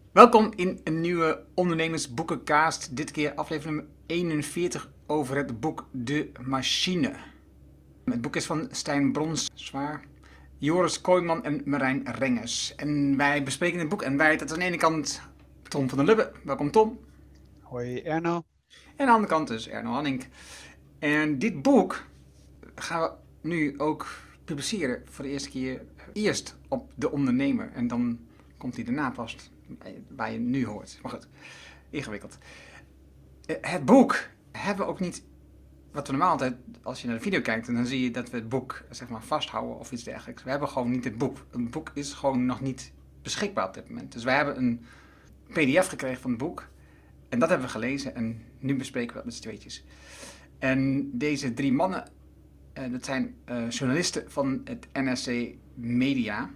Welkom in een nieuwe ondernemersboekencast. Dit keer aflevering nummer 41 over het boek De Machine. Het boek is van Stijn Bronswaard, Joris Kooijman en Marijn Rengers. En wij bespreken het boek en wij, dat is aan de ene kant Tom van der Lubbe. Welkom Tom. Hoi Erno. En aan de andere kant dus Erno Hanning. En dit boek gaan we nu ook publiceren voor de eerste keer. Eerst op De Ondernemer en dan komt hij daarna vast waar je nu hoort. Maar goed, ingewikkeld. Het boek hebben we ook niet, wat we normaal altijd, als je naar de video kijkt, dan zie je dat we het boek zeg maar vasthouden of iets dergelijks. We hebben gewoon niet het boek. Een boek is gewoon nog niet beschikbaar op dit moment. Dus wij hebben een pdf gekregen van het boek. En dat hebben we gelezen en nu bespreken we dat met z'n tweetjes. En deze drie mannen, dat zijn journalisten van het NRC Media.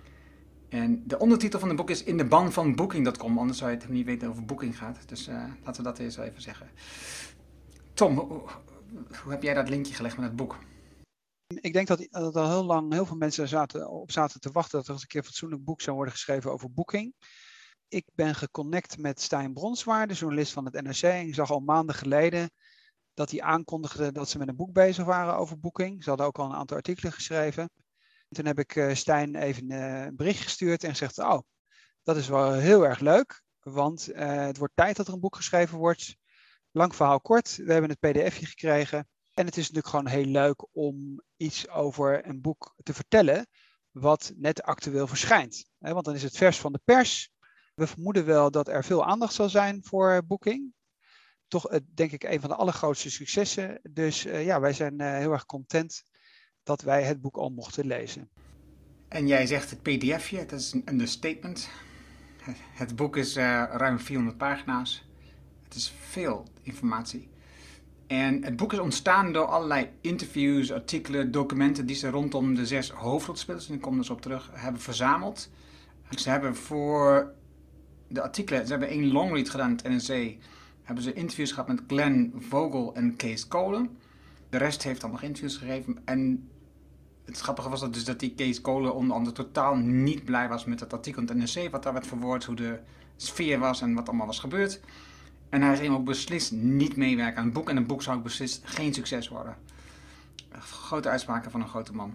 En de ondertitel van het boek is In de ban van Booking.com, anders zou je het niet weten over Booking gaat. Dus laten we dat eens even zeggen. Tom, hoe heb jij dat linkje gelegd met het boek? Ik denk dat al heel lang heel veel mensen zaten te wachten dat er eens een keer een fatsoenlijk boek zou worden geschreven over Booking. Ik ben geconnect met Stijn Bronswaard, de journalist van het NRC. En ik zag al maanden geleden dat hij aankondigde dat ze met een boek bezig waren over Booking. Ze hadden ook al een aantal artikelen geschreven. Toen heb ik Stijn even een bericht gestuurd en gezegd, oh, dat is wel heel erg leuk. Want het wordt tijd dat er een boek geschreven wordt. Lang verhaal kort, we hebben het pdfje gekregen. En het is natuurlijk gewoon heel leuk om iets over een boek te vertellen wat net actueel verschijnt. Want dan is het vers van de pers. We vermoeden wel dat er veel aandacht zal zijn voor Booking. Toch denk ik een van de allergrootste successen. Dus wij zijn heel erg content dat wij het boek al mochten lezen. En jij zegt het pdfje, dat is een understatement. Het boek is ruim 400 pagina's. Het is veel informatie. En het boek is ontstaan door allerlei interviews, artikelen, documenten die ze rondom de 6 hoofdrolspelers, en ik kom dus op terug, hebben verzameld. Ze hebben voor de artikelen, ze hebben één longread gedaan in het NRC. Hebben ze interviews gehad met Glenn Vogel en Kees Kolen. De rest heeft dan nog interviews gegeven. En het grappige was dat, dus dat die Kees Kolen onder andere totaal niet blij was met het artikel in het NRC. Wat daar werd verwoord, hoe de sfeer was en wat allemaal was gebeurd. En hij ging ook beslist niet meewerken aan het boek. En het boek zou ook beslist geen succes worden. Grote uitspraken van een grote man.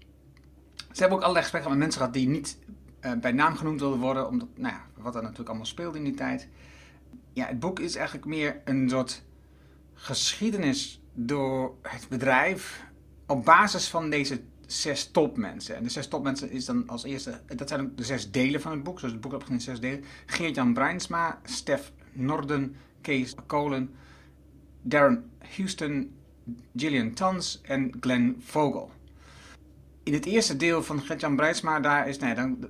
Ze hebben ook allerlei gesprekken met mensen gehad die niet bij naam genoemd wilden worden. Omdat, wat er natuurlijk allemaal speelde in die tijd. Ja, het boek is eigenlijk meer een soort geschiedenis door het bedrijf op basis van deze 6 topmensen. En de 6 topmensen is dan als eerste, dat zijn ook de 6 delen van het boek. Dus het boek heeft in 6 delen. Geert-Jan Bruinsma, Stef Norden, Kees Kolen, Darren Houston, Gillian Tans en Glenn Vogel. In het eerste deel van Gert-Jan Bruinsma, daar is,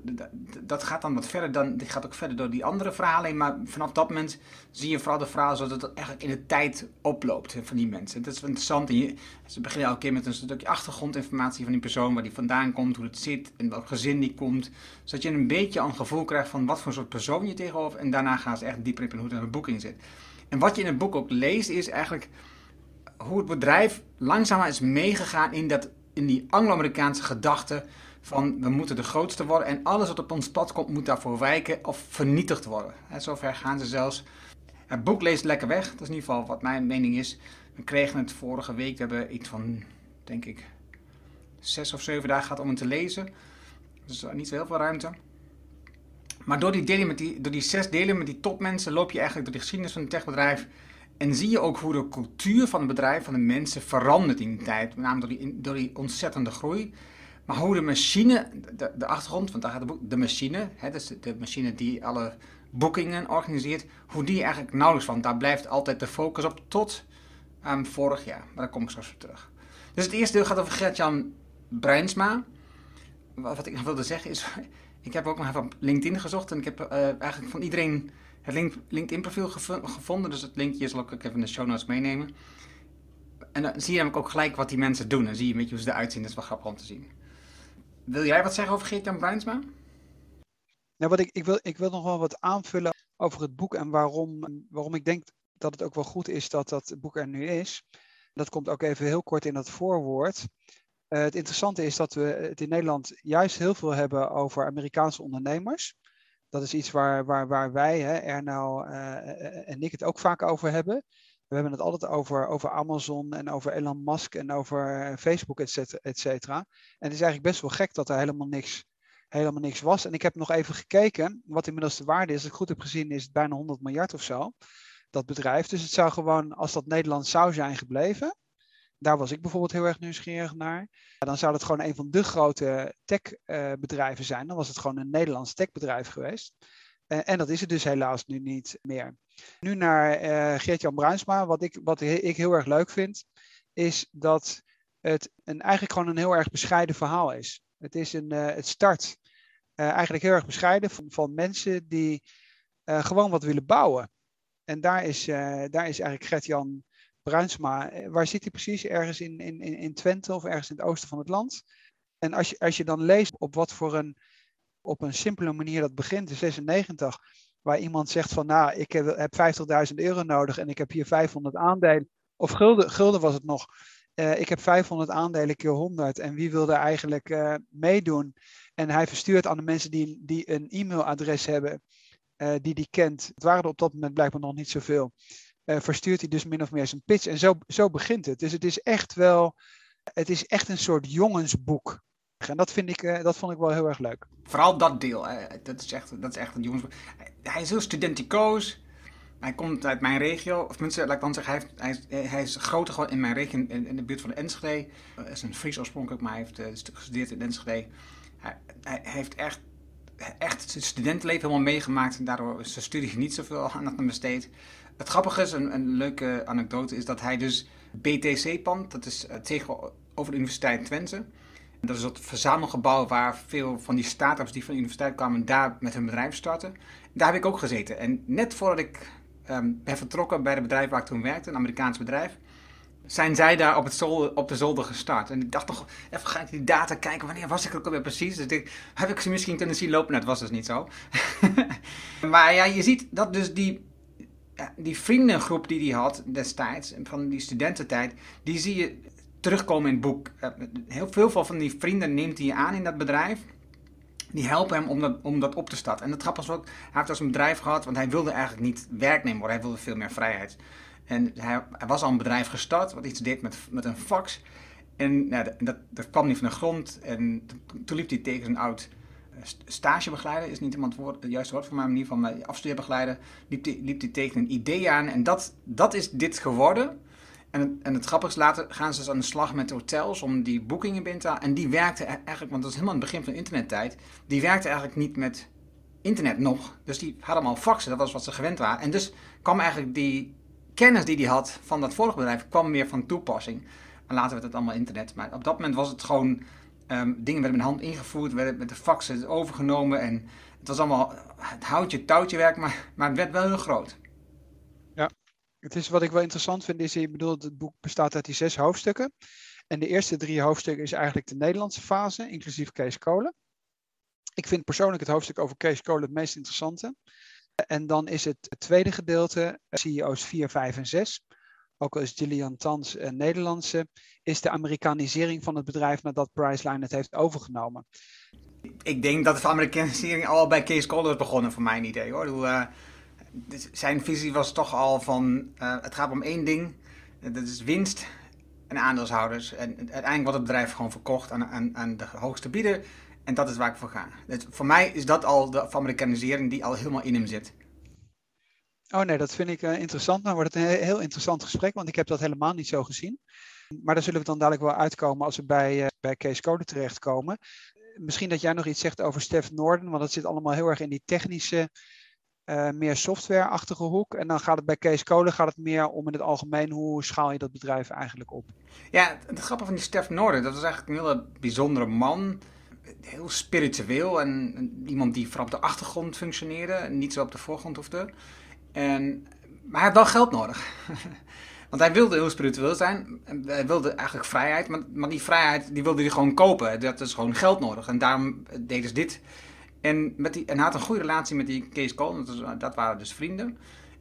dat gaat dan wat verder. Dit gaat ook verder door die andere verhalen. Maar vanaf dat moment zie je vooral de verhalen zodat het eigenlijk in de tijd oploopt van die mensen. Dat is interessant. Ze beginnen elke keer met een stukje achtergrondinformatie van die persoon, waar die vandaan komt, hoe het zit, in welk gezin die komt. Zodat je een beetje een gevoel krijgt van wat voor soort persoon je tegenover. En daarna gaan ze echt dieper in hoe het in het boek in zit. En wat je in het boek ook leest is eigenlijk hoe het bedrijf langzaam is meegegaan in die Anglo-Amerikaanse gedachte van we moeten de grootste worden en alles wat op ons pad komt moet daarvoor wijken of vernietigd worden. Zover gaan ze zelfs. Het boek leest lekker weg, dat is in ieder geval wat mijn mening is. We kregen het vorige week, we hebben iets van, denk ik, 6 of 7 dagen gehad om het te lezen. Dus niet zo heel veel ruimte. Maar door die 6 delen met die topmensen loop je eigenlijk door de geschiedenis van het techbedrijf. En zie je ook hoe de cultuur van het bedrijf, van de mensen, verandert in die tijd. Met name door die ontzettende groei. Maar hoe de machine, de achtergrond, want daar gaat het boek, de machine, dus de machine die alle boekingen organiseert, hoe die eigenlijk nauwelijks van. Daar blijft altijd de focus op tot vorig jaar. Maar daar kom ik straks op terug. Dus het eerste deel gaat over Gert-Jan Bruinsma. Wat ik nog wilde zeggen is, ik heb ook nog even op LinkedIn gezocht en ik heb eigenlijk van iedereen het LinkedIn profiel gevonden. Dus het linkje zal ik ook even in de show notes meenemen. En dan zie je namelijk ook gelijk wat die mensen doen. Dan zie je een beetje hoe ze eruit zien. Dat is wel grappig om te zien. Wil jij wat zeggen over Geert-Jan Bruinsma? Nou, ik wil nog wel wat aanvullen over het boek en waarom ik denk dat het ook wel goed is dat dat boek er nu is. Dat komt ook even heel kort in het voorwoord. Het interessante is dat we het in Nederland juist heel veel hebben over Amerikaanse ondernemers. Dat is iets waar wij, hè, Erno en ik het ook vaak over hebben. We hebben het altijd over Amazon en over Elon Musk en over Facebook, et cetera. En het is eigenlijk best wel gek dat er helemaal niks was. En ik heb nog even gekeken wat inmiddels de waarde is. Als ik goed heb gezien is het bijna 100 miljard of zo, dat bedrijf. Dus het zou gewoon, als dat Nederland zou zijn gebleven, daar was ik bijvoorbeeld heel erg nieuwsgierig naar. Dan zou het gewoon een van de grote techbedrijven zijn. Dan was het gewoon een Nederlands techbedrijf geweest. En dat is het dus helaas nu niet meer. Nu naar Geert-Jan Bruinsma. Wat ik heel erg leuk vind, is dat het eigenlijk gewoon een heel erg bescheiden verhaal is. Het start eigenlijk heel erg bescheiden van mensen die gewoon wat willen bouwen. En daar is eigenlijk Gert-Jan Bruinsma. Waar zit hij precies? Ergens in Twente of ergens in het oosten van het land. En als je dan leest op een simpele manier dat begint in 96, waar iemand zegt van nou, ik heb €50.000 nodig en ik heb hier 500 aandelen, of gulden was het nog. Ik heb 500 aandelen keer 100 en wie wil er eigenlijk meedoen? En hij verstuurt aan de mensen die een e-mailadres hebben, die kent. Het waren er op dat moment blijkbaar nog niet zoveel. Verstuurt hij dus min of meer zijn pitch. En zo begint het. Dus het is echt een soort jongensboek. En dat vond ik wel heel erg leuk. Vooral dat deel. Dat is echt een jongensboek. Hij is heel studenticoos. Hij komt uit mijn regio. Of mensen, laat ik dan zeggen, hij is groter gewoon in mijn regio, in de buurt van Enschede. Hij is een Fries oorspronkelijk, maar hij heeft een stuk gestudeerd in Enschede. Hij heeft echt zijn studentenleven helemaal meegemaakt. En daardoor is zijn studie niet zoveel aandacht aan besteed. Het grappige is, een leuke anekdote, is dat hij dus BTC-pand, dat is tegenover de Universiteit Twente. Dat is het verzamelgebouw waar veel van die start-ups die van de universiteit kwamen daar met hun bedrijf starten. Daar heb ik ook gezeten. En net voordat ik ben vertrokken bij het bedrijf waar ik toen werkte, een Amerikaans bedrijf, zijn zij daar op de zolder gestart. En ik dacht nog, even ga ik die data kijken, wanneer was ik er ook alweer precies? Dus heb ik ze misschien kunnen zien lopen? Nou, dat was dus niet zo. Maar ja, je ziet dat dus die vriendengroep die hij had destijds, van die studententijd, die zie je terugkomen in het boek. Heel veel van die vrienden neemt hij aan in dat bedrijf. Die helpen hem om dat op te starten. En het grappige is ook, hij heeft als een bedrijf gehad, want hij wilde eigenlijk niet werknemer worden. Hij wilde veel meer vrijheid. En hij was al een bedrijf gestart, wat iets deed met een fax. En nou, dat kwam niet van de grond. En toen liep hij tegen een oud stagebegeleider, is niet helemaal het juiste woord voor mij, in ieder geval afstudeerbegeleider, liep hij tegen een idee aan. En dat is dit geworden. En het grappige is, later gaan ze dus aan de slag met hotels om die boekingen binnen te halen. En die werkte eigenlijk, want dat is helemaal in het begin van de internettijd, die werkte eigenlijk niet met internet nog. Dus die hadden allemaal faxen, dat was wat ze gewend waren. En dus kwam eigenlijk die kennis die hij had van dat vorige bedrijf, kwam meer van toepassing. Maar later werd het allemaal internet. Maar op dat moment was het gewoon, dingen werden met de hand ingevoerd, werden met de faxen overgenomen. En het was allemaal het houtje-touwtje werk, maar het werd wel heel groot. Ja. Het is wat ik wel interessant vind, is, je bedoelt, het boek bestaat uit die 6 hoofdstukken. En de eerste 3 hoofdstukken is eigenlijk de Nederlandse fase, inclusief Kees Kolen. Ik vind persoonlijk het hoofdstuk over Kees Kolen het meest interessante. En dan is het tweede gedeelte, CEO's 4, 5 en 6. Ook al is Gillian Tans een Nederlandse, is de Amerikanisering van het bedrijf nadat Priceline het heeft overgenomen. Ik denk dat de Amerikanisering al bij Kees Kolen is begonnen, voor mijn idee hoor. Zijn visie was toch al van, het gaat om één ding, dat is winst en aandeelhouders. En uiteindelijk wordt het bedrijf gewoon verkocht aan de hoogste bieder. En dat is waar ik voor ga. Dus voor mij is dat al de Amerikanisering die al helemaal in hem zit. Oh nee, dat vind ik interessant. Dan wordt het een heel interessant gesprek, want ik heb dat helemaal niet zo gezien. Maar daar zullen we dan dadelijk wel uitkomen als we bij Kees Kolen terechtkomen. Misschien dat jij nog iets zegt over Stef Norden, want dat zit allemaal heel erg in die technische, meer software-achtige hoek. En dan gaat het bij Kees Kolen meer om in het algemeen, hoe schaal je dat bedrijf eigenlijk op? Ja, het grappige van die Stef Norden, dat was eigenlijk een hele bijzondere man. Heel spiritueel en iemand die vooral op de achtergrond functioneerde, niet zo op de voorgrond hoefde. Maar hij had wel geld nodig. Want hij wilde heel spiritueel zijn. Hij wilde eigenlijk vrijheid. Maar die vrijheid die wilde hij gewoon kopen. Dat is gewoon geld nodig. En daarom deden ze dit. En hij had een goede relatie met die Kees Kolen. Dat waren dus vrienden.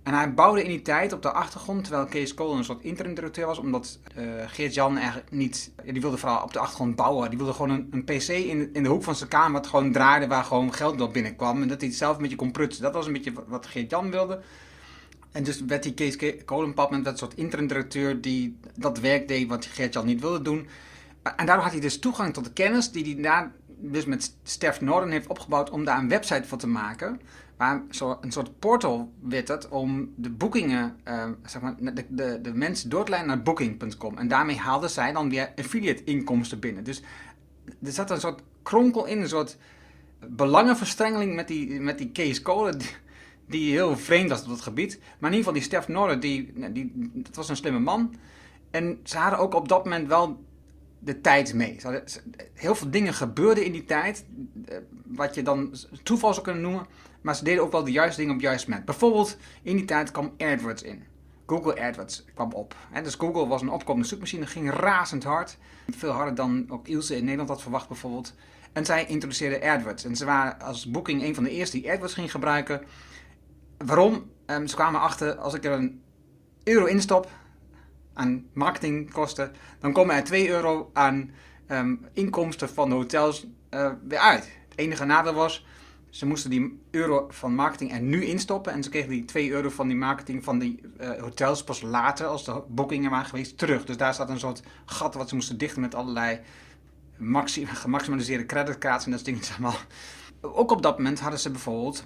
En hij bouwde in die tijd op de achtergrond, terwijl Kees Kolen een soort interim-directeur was, omdat Geert-Jan eigenlijk niet... Ja, die wilde vooral op de achtergrond bouwen. Die wilde gewoon een pc in de hoek van zijn kamer, wat gewoon draaide, waar gewoon geld door binnenkwam. En dat hij het zelf een beetje kon prutsen. Dat was een beetje wat Geert-Jan wilde. En dus werd die Kees Kolen op een moment een soort interim-directeur die dat werk deed wat Geert-Jan niet wilde doen. En daardoor had hij dus toegang tot de kennis die hij daar dus met Stef Norden heeft opgebouwd om daar een website voor te maken. Maar een soort portal werd het om de boekingen, zeg maar, de mensen door te leiden naar booking.com. En daarmee haalden zij dan weer affiliate inkomsten binnen. Dus er zat een soort kronkel in, een soort belangenverstrengeling met die Kees Kolen, die heel vreemd was op dat gebied. Maar in ieder geval die Stef Norden, dat was een slimme man. En ze hadden ook op dat moment wel de tijd mee. Heel veel dingen gebeurden in die tijd, wat je dan toeval zou kunnen noemen, maar ze deden ook wel de juiste dingen op het juiste moment. Bijvoorbeeld, in die tijd kwam AdWords in. Google AdWords kwam op. Dus Google was een opkomende zoekmachine, ging razend hard. Veel harder dan ook Ilse in Nederland had verwacht bijvoorbeeld. En zij introduceerden AdWords. En ze waren als Booking een van de eerste die AdWords ging gebruiken. Waarom? Ze kwamen achter, als ik er €1 instop aan marketingkosten, dan komen er €2 aan inkomsten van de hotels weer uit. Het enige nadeel was, ze moesten die euro van marketing er nu instoppen en ze kregen die €2 van die marketing van die hotels pas later, als de boekingen waren geweest, terug. Dus daar staat een soort gat wat ze moesten dichten met allerlei gemaximaliseerde creditcards en dat soort dingen allemaal. Ook op dat moment hadden ze bijvoorbeeld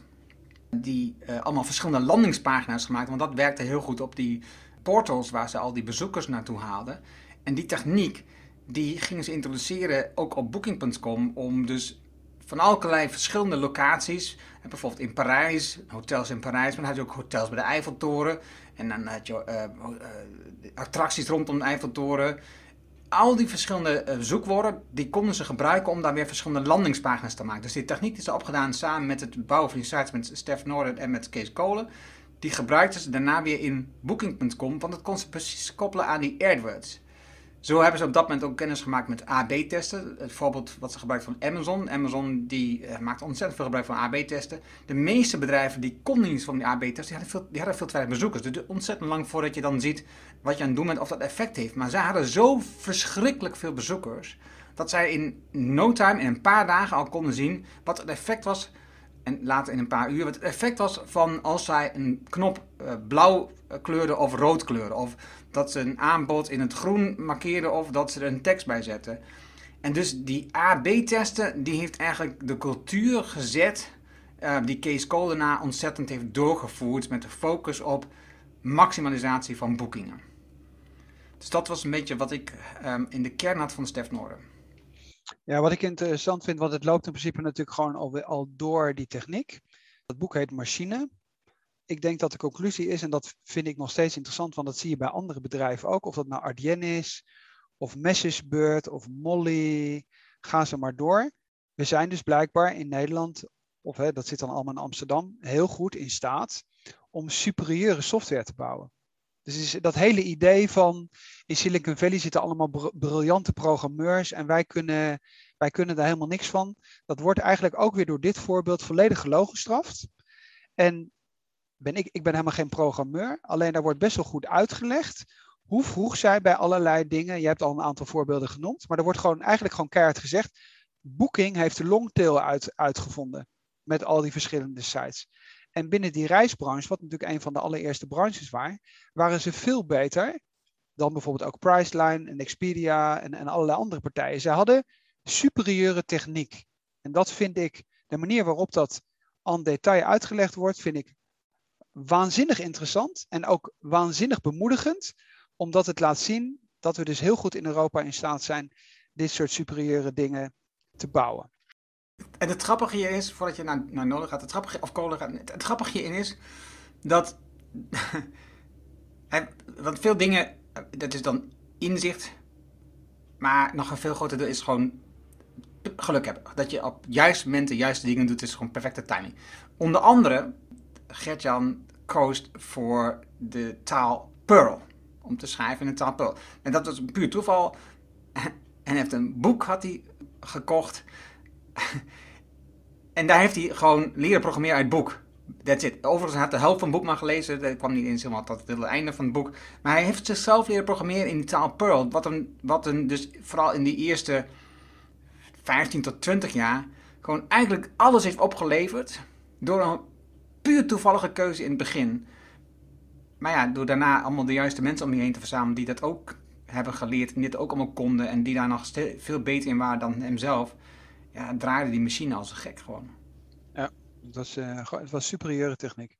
allemaal verschillende landingspagina's gemaakt, want dat werkte heel goed op die portals waar ze al die bezoekers naartoe haalden. En die techniek, die gingen ze introduceren ook op Booking.com om dus van allerlei verschillende locaties, bijvoorbeeld in Parijs, hotels in Parijs, maar dan had je ook hotels bij de Eiffeltoren en dan had je attracties rondom de Eiffeltoren. Al die verschillende zoekwoorden, die konden ze gebruiken om daar weer verschillende landingspagina's te maken. Dus die techniek is opgedaan samen met het bouwen van die sites met Stef Norden en met Kees Kolen. Die gebruikten ze daarna weer in Booking.com, want dat kon ze precies koppelen aan die AdWords. Zo hebben ze op dat moment ook kennis gemaakt met AB-testen. Het voorbeeld wat ze gebruiken van Amazon. Amazon die maakt ontzettend veel gebruik van AB-testen. De meeste bedrijven die konden niet van die AB-testen, die hadden veel te weinig bezoekers. Dus ontzettend lang voordat je dan ziet wat je aan het doen bent of dat effect heeft. Maar zij hadden zo verschrikkelijk veel bezoekers, dat zij in no time, in een paar dagen al konden zien wat het effect was. En later in een paar uur, wat het effect was van als zij een knop blauw kleurden of rood kleurden. Of dat ze een aanbod in het groen markeerden of dat ze er een tekst bij zetten. En dus die AB-testen, die heeft eigenlijk de cultuur gezet die Kees Kolen ontzettend heeft doorgevoerd met de focus op maximalisatie van boekingen. Dus dat was een beetje wat ik in de kern had van Stef Norden. Ja, wat ik interessant vind, want het loopt in principe natuurlijk gewoon al door die techniek. Het boek heet Machine. Ik denk dat de conclusie is, en dat vind ik nog steeds interessant, want dat zie je bij andere bedrijven ook, of dat nou Adyen is, of Messagebird, of Molly, ga ze maar door. We zijn dus blijkbaar in Nederland, of dat zit dan allemaal in Amsterdam, heel goed in staat om superieure software te bouwen. Dus dat hele idee van, in Silicon Valley zitten allemaal briljante programmeurs en wij kunnen daar helemaal niks van. Dat wordt eigenlijk ook weer door dit voorbeeld volledig gelogenstraft. En ik ben helemaal geen programmeur, alleen daar wordt best wel goed uitgelegd hoe vroeg zij bij allerlei dingen, je hebt al een aantal voorbeelden genoemd, maar er wordt eigenlijk gewoon keihard gezegd, Booking heeft de longtail uitgevonden met al die verschillende sites. En binnen die reisbranche, wat natuurlijk een van de allereerste branches waren ze veel beter dan bijvoorbeeld ook Priceline en Expedia en allerlei andere partijen. Ze hadden superieure techniek. En dat vind ik, de manier waarop dat en detail uitgelegd wordt, vind ik waanzinnig interessant en ook waanzinnig bemoedigend, omdat het laat zien dat we dus heel goed in Europa in staat zijn dit soort superieure dingen te bouwen. En het grappige hier is, voordat je naar Nolan gaat, het grappige hierin is dat, want veel dingen, dat is dan inzicht, maar nog een veel groter deel is gewoon geluk hebben. Dat je op juiste moment de juiste dingen doet, is gewoon perfecte timing. Onder andere, Gert-Jan koos voor de taal Perl, om te schrijven in de taal Perl. En dat was een puur toeval. En heeft een boek had hij gekocht. En daar heeft hij gewoon leren programmeren uit het boek. That's it. Overigens had de helft van het boek maar gelezen. Dat kwam niet eens helemaal tot het einde van het boek. Maar hij heeft zichzelf leren programmeren in die taal Perl. Wat hem dus vooral in die eerste 15 tot 20 jaar gewoon eigenlijk alles heeft opgeleverd. Door een puur toevallige keuze in het begin. Maar ja, door daarna allemaal de juiste mensen om je heen te verzamelen die dat ook hebben geleerd en dit ook allemaal konden en die daar nog veel beter in waren dan hemzelf, ja, draaide die machine als een gek gewoon. Ja, het was superieure techniek.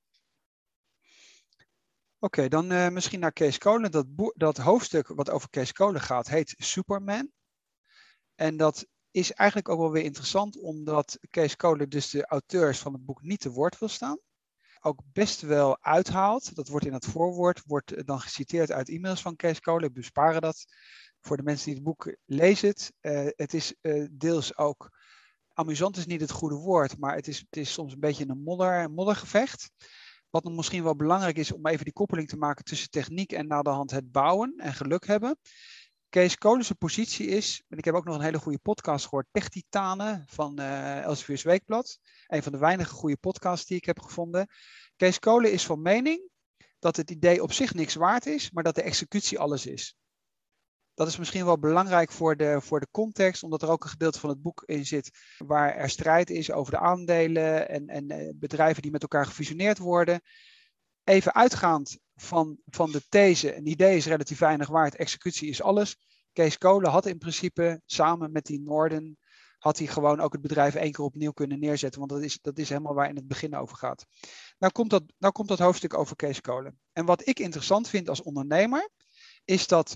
Oké, dan misschien naar Kees Kolen. Dat hoofdstuk wat over Kees Kolen gaat, heet Superman. En dat is eigenlijk ook wel weer interessant, omdat Kees Kolen dus de auteurs van het boek niet te woord wil staan. Ook best wel uithaalt. Dat wordt in het voorwoord, wordt dan geciteerd uit e-mails van Kees Kolen. Ik besparen dat voor de mensen die het boek lezen. Het is deels ook, amusant is niet het goede woord, maar het is soms een beetje een moddergevecht. Wat nog misschien wel belangrijk is om even die koppeling te maken tussen techniek en na de hand het bouwen en geluk hebben. Kees Kolen's positie is, en ik heb ook nog een hele goede podcast gehoord, Tech-Titanen van Elsevier's Weekblad. Een van de weinige goede podcasts die ik heb gevonden. Kees Kolen is van mening dat het idee op zich niks waard is, maar dat de executie alles is. Dat is misschien wel belangrijk voor de context, omdat er ook een gedeelte van het boek in zit waar er strijd is over de aandelen en bedrijven die met elkaar gefusioneerd worden. Even uitgaand van de these, een idee is relatief weinig waard, executie is alles. Kees Kolen had in principe samen met die Norden, had hij gewoon ook het bedrijf 1 keer opnieuw kunnen neerzetten, want dat is helemaal waar in het begin over gaat. Nou komt dat hoofdstuk over Kees Kolen. En wat ik interessant vind als ondernemer, is dat,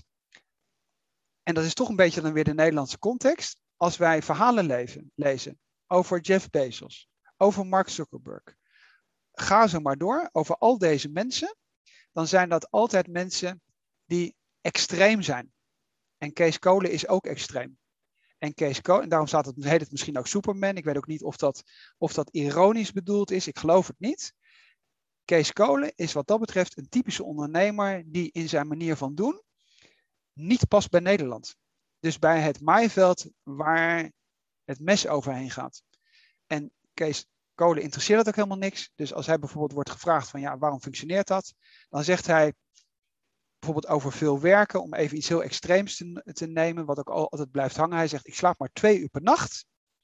en dat is toch een beetje dan weer de Nederlandse context, als wij verhalen lezen over Jeff Bezos, over Mark Zuckerberg, ga zo maar door, over al deze mensen, dan zijn dat altijd mensen die extreem zijn. En Kees Kolen is ook extreem. En Kees Kolen, en daarom heet het misschien ook Superman. Ik weet ook niet of dat ironisch bedoeld is. Ik geloof het niet. Kees Kolen is wat dat betreft een typische ondernemer die in zijn manier van doen niet past bij Nederland. Dus bij het maaiveld waar het mes overheen gaat. En Kees Kolen interesseert dat ook helemaal niks. Dus als hij bijvoorbeeld wordt gevraagd van ja, waarom functioneert dat? Dan zegt hij bijvoorbeeld over veel werken, om even iets heel extreems te nemen, wat ook altijd blijft hangen. Hij zegt, ik slaap maar 2 uur per nacht.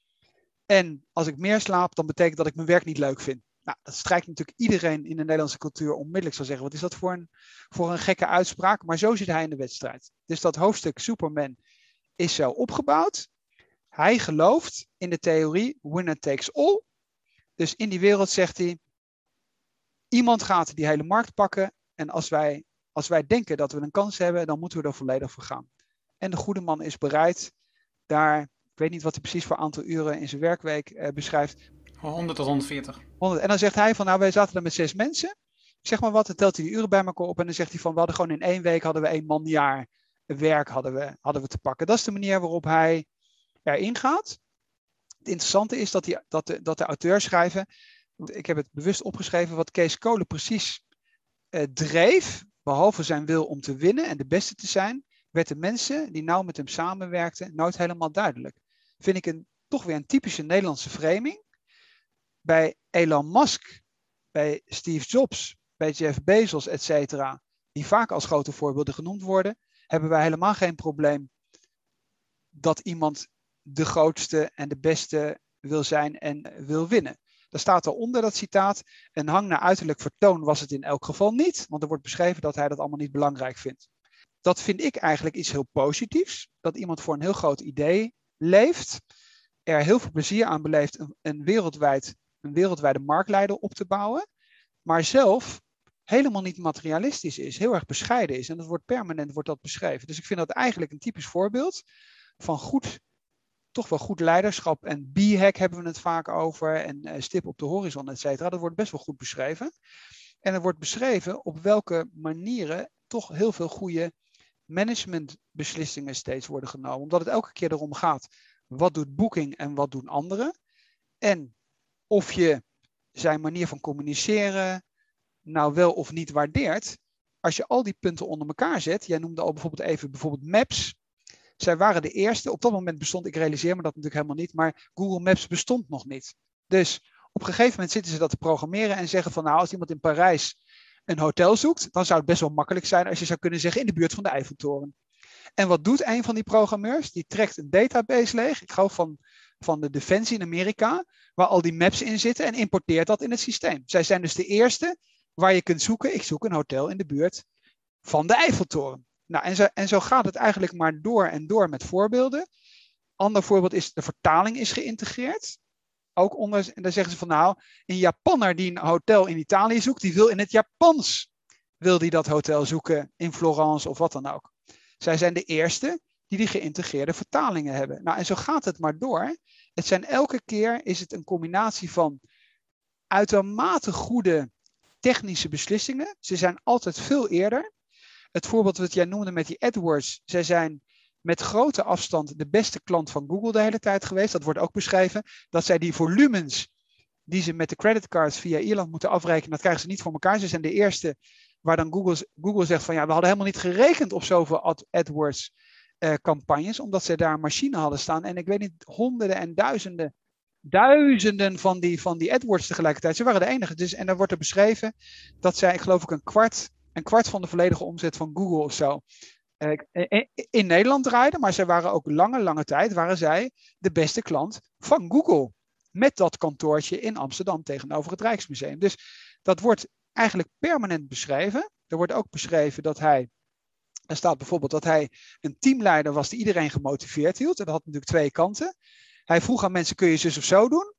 En als ik meer slaap, dan betekent dat ik mijn werk niet leuk vind. Nou, dat strijkt natuurlijk iedereen in de Nederlandse cultuur onmiddellijk zal zeggen, wat is dat voor een gekke uitspraak? Maar zo zit hij in de wedstrijd. Dus dat hoofdstuk Superman is zo opgebouwd. Hij gelooft in de theorie winner takes all. Dus in die wereld zegt hij, iemand gaat die hele markt pakken en als wij denken dat we een kans hebben, dan moeten we er volledig voor gaan. En de goede man is bereid daar, ik weet niet wat hij precies voor aantal uren in zijn werkweek beschrijft. 100 tot 140. 100. En dan zegt hij van, nou wij zaten er met 6 mensen. Zeg maar wat, dan telt hij die uren bij elkaar op en dan zegt hij van, we hadden gewoon in 1 week hadden we 1 manjaar werk hadden we te pakken. Dat is de manier waarop hij erin gaat. Het interessante is dat de auteurs schrijven, ik heb het bewust opgeschreven, wat Kees Kolen precies dreef, behalve zijn wil om te winnen en de beste te zijn, werd de mensen die nauw met hem samenwerkten nooit helemaal duidelijk. Vind ik toch weer een typische Nederlandse framing. Bij Elon Musk, bij Steve Jobs, bij Jeff Bezos, etc., die vaak als grote voorbeelden genoemd worden, hebben wij helemaal geen probleem dat iemand de grootste en de beste wil zijn en wil winnen. Daar staat eronder dat citaat, een hang naar uiterlijk vertoon was het in elk geval niet, want er wordt beschreven dat hij dat allemaal niet belangrijk vindt. Dat vind ik eigenlijk iets heel positiefs, dat iemand voor een heel groot idee leeft, er heel veel plezier aan beleeft een wereldwijde marktleider op te bouwen, maar zelf helemaal niet materialistisch is, heel erg bescheiden is en dat wordt permanent beschreven. Dus ik vind dat eigenlijk een typisch voorbeeld van toch wel goed leiderschap en B-hack hebben we het vaak over en stip op de horizon, et cetera. Dat wordt best wel goed beschreven. En er wordt beschreven op welke manieren toch heel veel goede managementbeslissingen steeds worden genomen. Omdat het elke keer erom gaat, wat doet Booking en wat doen anderen? En of je zijn manier van communiceren nou wel of niet waardeert. Als je al die punten onder elkaar zet, jij noemde al bijvoorbeeld Maps. Zij waren de eerste, op dat moment bestond, ik realiseer me dat natuurlijk helemaal niet, maar Google Maps bestond nog niet. Dus Op een gegeven moment zitten ze dat te programmeren en zeggen van nou, als iemand in Parijs een hotel zoekt, dan zou het best wel makkelijk zijn als je zou kunnen zeggen in de buurt van de Eiffeltoren. En wat doet een van die programmeurs? Die trekt een database leeg, ik geloof van de Defensie in Amerika, waar al die maps in zitten en importeert dat in het systeem. Zij zijn dus de eerste waar je kunt zoeken, ik zoek een hotel in de buurt van de Eiffeltoren. Nou, en zo gaat het eigenlijk maar door en door met voorbeelden. Ander voorbeeld is de vertaling is geïntegreerd. Ook en daar zeggen ze van nou, een Japanner die een hotel in Italië zoekt, die wil in het Japans, wil die dat hotel zoeken in Florence of wat dan ook. Zij zijn de eerste die geïntegreerde vertalingen hebben. Nou, en zo gaat het maar door. Het zijn elke keer is het een combinatie van uitermate goede technische beslissingen. Ze zijn altijd veel eerder. Het voorbeeld wat jij noemde met die AdWords, zij zijn met grote afstand de beste klant van Google de hele tijd geweest. Dat wordt ook beschreven. Dat zij die volumens die ze met de creditcards via Ierland moeten afrekenen, dat krijgen ze niet voor elkaar. Ze zijn de eerste waar dan Google zegt van ja, we hadden helemaal niet gerekend op zoveel AdWords campagnes, omdat ze daar een machine hadden staan. En ik weet niet, honderden en duizenden van die AdWords tegelijkertijd. Ze waren de enige. Dus, en dan wordt er beschreven dat zij, ik geloof ik, een kwart van de volledige omzet van Google of zo in Nederland draaiden, maar zij waren ook lange tijd waren zij de beste klant van Google. Met dat kantoortje in Amsterdam tegenover het Rijksmuseum. Dus dat wordt eigenlijk permanent beschreven. Er wordt ook beschreven dat er staat bijvoorbeeld dat hij een teamleider was die iedereen gemotiveerd hield. En dat had natuurlijk twee kanten. Hij vroeg aan mensen, kun je zus of zo doen?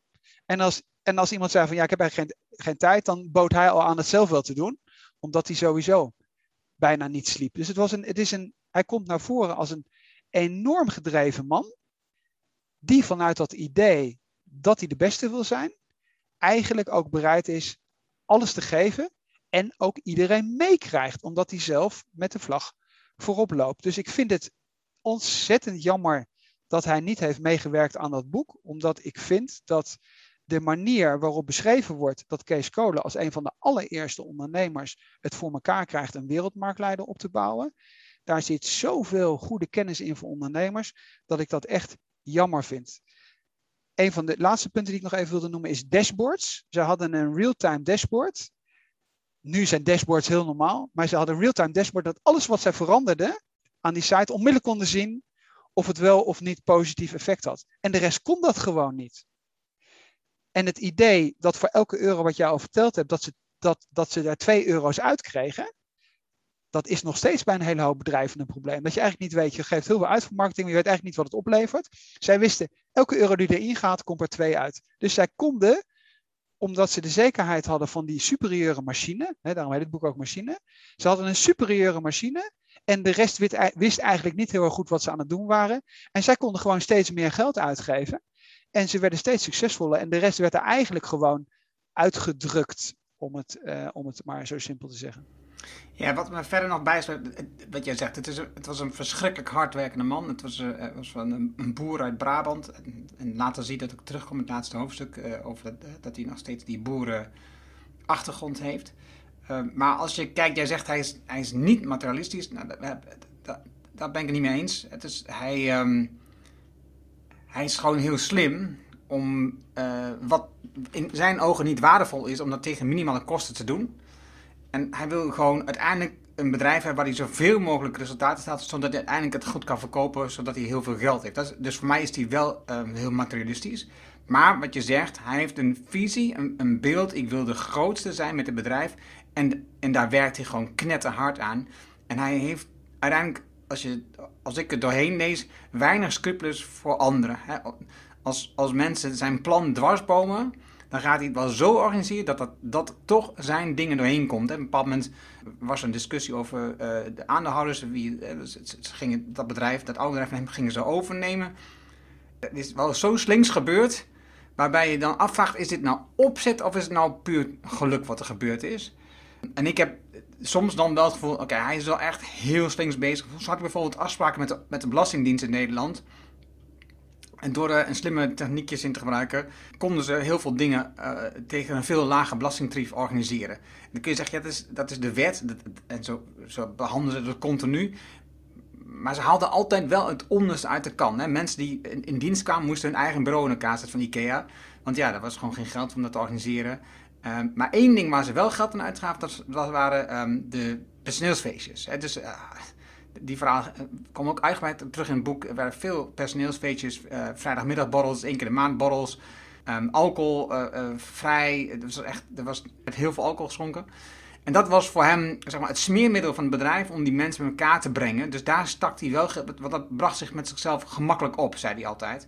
En als iemand zei van ja, ik heb eigenlijk geen tijd, dan bood hij al aan het zelf wel te doen. Omdat hij sowieso bijna niet sliep. Dus hij komt naar voren als een enorm gedreven man, die vanuit dat idee dat hij de beste wil zijn, eigenlijk ook bereid is alles te geven en ook iedereen meekrijgt, omdat hij zelf met de vlag voorop loopt. Dus ik vind het ontzettend jammer dat hij niet heeft meegewerkt aan dat boek, omdat ik vind dat de manier waarop beschreven wordt dat Kees Kolen als een van de allereerste ondernemers het voor elkaar krijgt een wereldmarktleider op te bouwen, daar zit zoveel goede kennis in voor ondernemers, dat ik dat echt jammer vind. Een van de laatste punten die ik nog even wilde noemen is dashboards. Ze hadden een real-time dashboard. Nu zijn dashboards heel normaal, maar ze hadden een real-time dashboard dat alles wat zij veranderden aan die site onmiddellijk konden zien of het wel of niet positief effect had. En de rest kon dat gewoon niet. En het idee dat voor elke euro wat jij al verteld hebt, dat ze daar 2 euro's uitkregen, dat is nog steeds bij een hele hoop bedrijven een probleem. Dat je eigenlijk niet weet, je geeft heel veel uit voor marketing, maar je weet eigenlijk niet wat het oplevert. Zij wisten, elke euro die erin gaat, komt er 2 uit. Dus zij konden, omdat ze de zekerheid hadden van die superieure machine, daarom heet het boek ook machine, ze hadden een superieure machine en de rest wist eigenlijk niet heel erg goed wat ze aan het doen waren. En zij konden gewoon steeds meer geld uitgeven. En ze werden steeds succesvoller en de rest werd er eigenlijk gewoon uitgedrukt, om het maar zo simpel te zeggen. Ja, wat me verder nog bijstaat, wat jij zegt, het was een verschrikkelijk hardwerkende man. Het was van een boer uit Brabant. En later zie je dat ook terugkomt in het laatste hoofdstuk, over dat hij nog steeds die boerenachtergrond heeft. Maar als je kijkt, jij zegt hij is niet materialistisch. Nou, daar ben ik het niet mee eens. Hij is gewoon heel slim om wat in zijn ogen niet waardevol is, om dat tegen minimale kosten te doen. En hij wil gewoon uiteindelijk een bedrijf hebben waar hij zoveel mogelijk resultaten staat, zodat hij uiteindelijk het goed kan verkopen, zodat hij heel veel geld heeft. Dus voor mij is hij wel heel materialistisch. Maar wat je zegt, hij heeft een visie, een beeld. Ik wil de grootste zijn met het bedrijf. En daar werkt hij gewoon knetterhard aan. En hij heeft uiteindelijk, als ik het doorheen lees, weinig scrupules voor anderen. Als mensen zijn plan dwarsbomen, dan gaat hij het wel zo organiseren dat toch zijn dingen doorheen komt. Op een bepaald moment was er een discussie over de aandeelhouders. Ze gingen dat oude bedrijf van hem, gingen ze overnemen. Het is wel zo slinks gebeurd, waarbij je dan afvraagt, is dit nou opzet of is het nou puur geluk wat er gebeurd is? En ik heb soms dan wel het gevoel, oké, hij is wel echt heel slinks bezig. Zo had ik bijvoorbeeld afspraken met de Belastingdienst in Nederland. En door een slimme techniekjes in te gebruiken, konden ze heel veel dingen tegen een veel lager belastingtarief organiseren. En dan kun je zeggen, ja, dat is de wet. En zo behandelen ze het continu. Maar ze haalden altijd wel het onderste uit de kan. Hè. Mensen die in dienst kwamen, moesten hun eigen bureau in elkaar zetten van IKEA. Want ja, er was gewoon geen geld om dat te organiseren. Maar één ding waar ze wel geld aan uitgaven, dat waren de personeelsfeestjes. Hè. Dus die verhaal komt ook uitgebreid terug in het boek. Er waren veel personeelsfeestjes, vrijdagmiddagborrels, 1 keer de maand borrels. Alcohol vrij, er was heel veel alcohol geschonken. En dat was voor hem zeg maar, het smeermiddel van het bedrijf om die mensen bij elkaar te brengen. Dus daar stak hij wel, want dat bracht zich met zichzelf gemakkelijk op, zei hij altijd.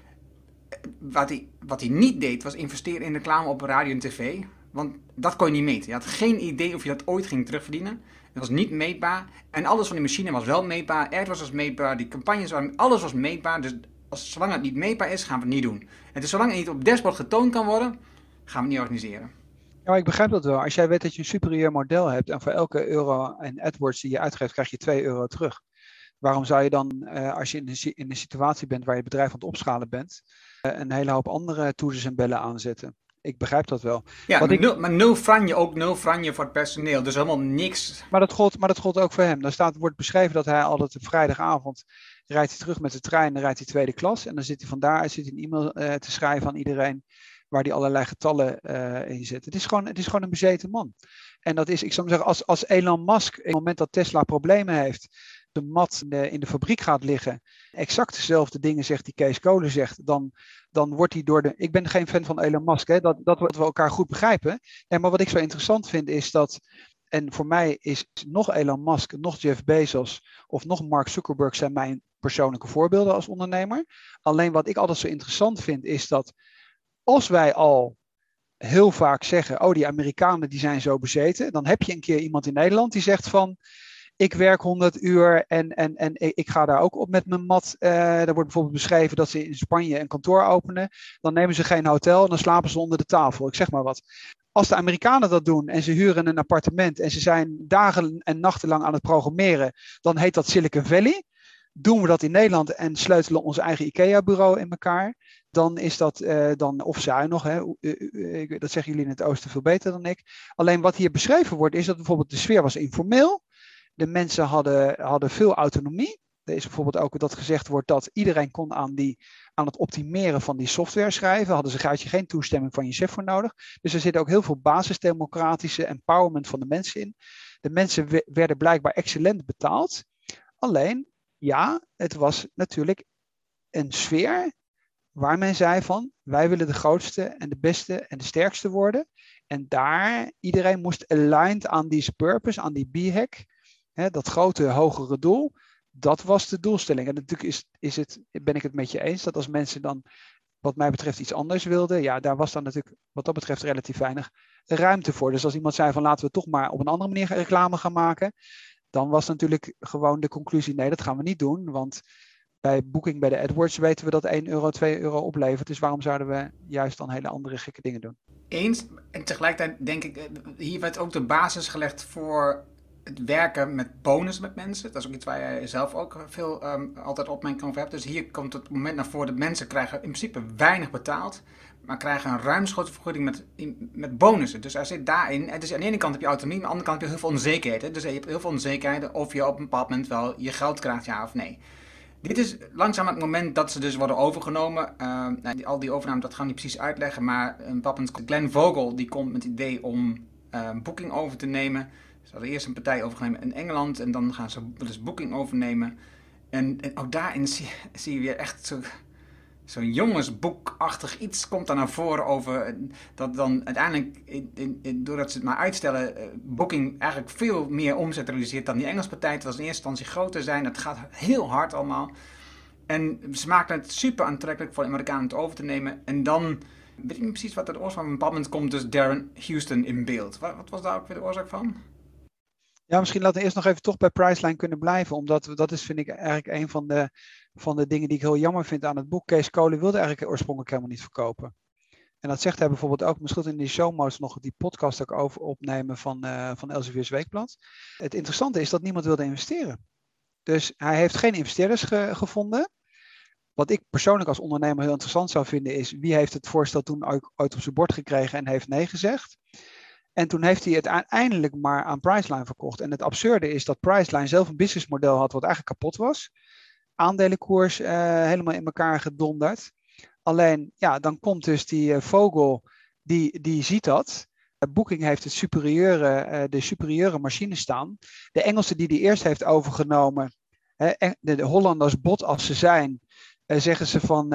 Wat hij niet deed, was investeren in reclame op radio en tv. Want dat kon je niet meten. Je had geen idee of je dat ooit ging terugverdienen. Het was niet meetbaar. En alles van die machine was wel meetbaar. AdWords was meetbaar. Die campagnes waren, alles was meetbaar. Dus zolang het niet meetbaar is, gaan we het niet doen. En dus zolang het niet op dashboard getoond kan worden, gaan we het niet organiseren. Ja, ik begrijp dat wel. Als jij weet dat je een superieur model hebt en voor elke euro in AdWords die je uitgeeft, krijg je 2 euro terug. Waarom zou je dan, als je in een situatie bent waar je bedrijf aan het opschalen bent, een hele hoop andere toeters en bellen aanzetten? Ik begrijp dat wel. Ja, maar nul franje voor het personeel. Dus helemaal niks. Maar dat gold ook voor hem. Wordt beschreven dat hij altijd op vrijdagavond rijdt hij terug met de trein, dan rijdt hij tweede klas. En dan zit hij van daaruit een e-mail te schrijven aan iedereen waar hij allerlei getallen in zet. Het is gewoon een bezeten man. En dat is, ik zou maar zeggen, als Elon Musk, op het moment dat Tesla problemen heeft, de mat in de fabriek gaat liggen, exact dezelfde dingen zegt die Kees Kolen zegt, dan wordt hij door de... Ik ben geen fan van Elon Musk, hè, dat we elkaar goed begrijpen. Nee, maar wat ik zo interessant vind is dat, en voor mij is nog Elon Musk, nog Jeff Bezos of nog Mark Zuckerberg zijn mijn persoonlijke voorbeelden als ondernemer. Alleen wat ik altijd zo interessant vind is dat als wij al heel vaak zeggen, oh die Amerikanen die zijn zo bezeten, dan heb je een keer iemand in Nederland die zegt van, ik werk 100 uur en ik ga daar ook op met mijn mat. Er wordt bijvoorbeeld beschreven dat ze in Spanje een kantoor openen. Dan nemen ze geen hotel en dan slapen ze onder de tafel. Ik zeg maar wat. Als de Amerikanen dat doen en ze huren een appartement en ze zijn dagen en nachten lang aan het programmeren, dan heet dat Silicon Valley. Doen we dat in Nederland en sleutelen ons eigen IKEA-bureau in elkaar, dan is dat of zuinig. Hè? Dat zeggen jullie in het oosten veel beter dan ik. Alleen wat hier beschreven wordt is dat bijvoorbeeld de sfeer was informeel. De mensen hadden veel autonomie. Er is bijvoorbeeld ook dat gezegd wordt dat iedereen kon aan het optimeren van die software schrijven. Had je geen toestemming van je chef voor nodig. Dus er zit ook heel veel basisdemocratische empowerment van de mensen in. De mensen werden blijkbaar excellent betaald. Alleen, ja, het was natuurlijk een sfeer waar men zei van, wij willen de grootste en de beste en de sterkste worden. En iedereen moest aligned aan die purpose, aan die BHAG. Dat grote, hogere doel, dat was de doelstelling. En natuurlijk ben ik het met je eens dat als mensen dan, wat mij betreft, iets anders wilden, ja, daar was dan natuurlijk, wat dat betreft, relatief weinig ruimte voor. Dus als iemand zei van, laten we toch maar op een andere manier reclame gaan maken, dan was natuurlijk gewoon de conclusie, nee, dat gaan we niet doen, want bij Booking, bij de AdWords, weten we dat 1 euro, 2 euro oplevert. Dus waarom zouden we juist dan hele andere gekke dingen doen? Eens, en tegelijkertijd denk ik, hier werd ook de basis gelegd voor het werken met bonus met mensen. Dat is ook iets waar jij zelf ook veel altijd opmerkingen over hebt. Dus hier komt het moment naar voren dat mensen krijgen in principe weinig betaald, maar krijgen een ruimschoots vergoeding met bonussen. Dus er zit daarin, dus aan de ene kant heb je autonomie, aan de andere kant heb je heel veel onzekerheden. Dus je hebt heel veel onzekerheden of je op een bepaald moment wel je geld krijgt, ja of nee. Dit is langzaam het moment dat ze dus worden overgenomen. Al die overnames, dat gaan we niet precies uitleggen. Maar een bepaald moment, Glenn Vogel, die komt met het idee om Booking over te nemen. Ze hadden eerst een partij overgenomen in Engeland en dan gaan ze dus Booking overnemen. En ook daarin zie je weer echt zo'n jongensboekachtig iets komt daar naar voren over dat dan uiteindelijk, doordat ze het maar uitstellen, Booking eigenlijk veel meer omzet realiseert dan die Engelse partij. Het was in eerste instantie groter zijn, het gaat heel hard allemaal. En ze maken het super aantrekkelijk voor de Amerikanen het over te nemen. En dan, weet ik niet precies wat de oorzaak van, op een bepaald moment komt dus Darren Houston in beeld. Wat was daar ook weer de oorzaak van? Ja, misschien laten we eerst nog even toch bij Priceline kunnen blijven. Omdat dat is, vind ik, eigenlijk een van de dingen die ik heel jammer vind aan het boek. Kees Kolen wilde eigenlijk oorspronkelijk helemaal niet verkopen. En dat zegt hij bijvoorbeeld ook, misschien in die show notes nog die podcast ook over opnemen van Elsevier's Weekblad. Het interessante is dat niemand wilde investeren. Dus hij heeft geen investeerders gevonden. Wat ik persoonlijk als ondernemer heel interessant zou vinden is, wie heeft het voorstel toen ooit op zijn bord gekregen en heeft nee gezegd. En toen heeft hij het uiteindelijk maar aan Priceline verkocht. En het absurde is dat Priceline zelf een businessmodel had wat eigenlijk kapot was. Aandelenkoers helemaal in elkaar gedonderd. Alleen, ja, dan komt dus die Vogel, die ziet dat. Booking heeft de superieure machine staan. De Engelsen die eerst heeft overgenomen, de Hollanders bot als ze zijn, zeggen ze van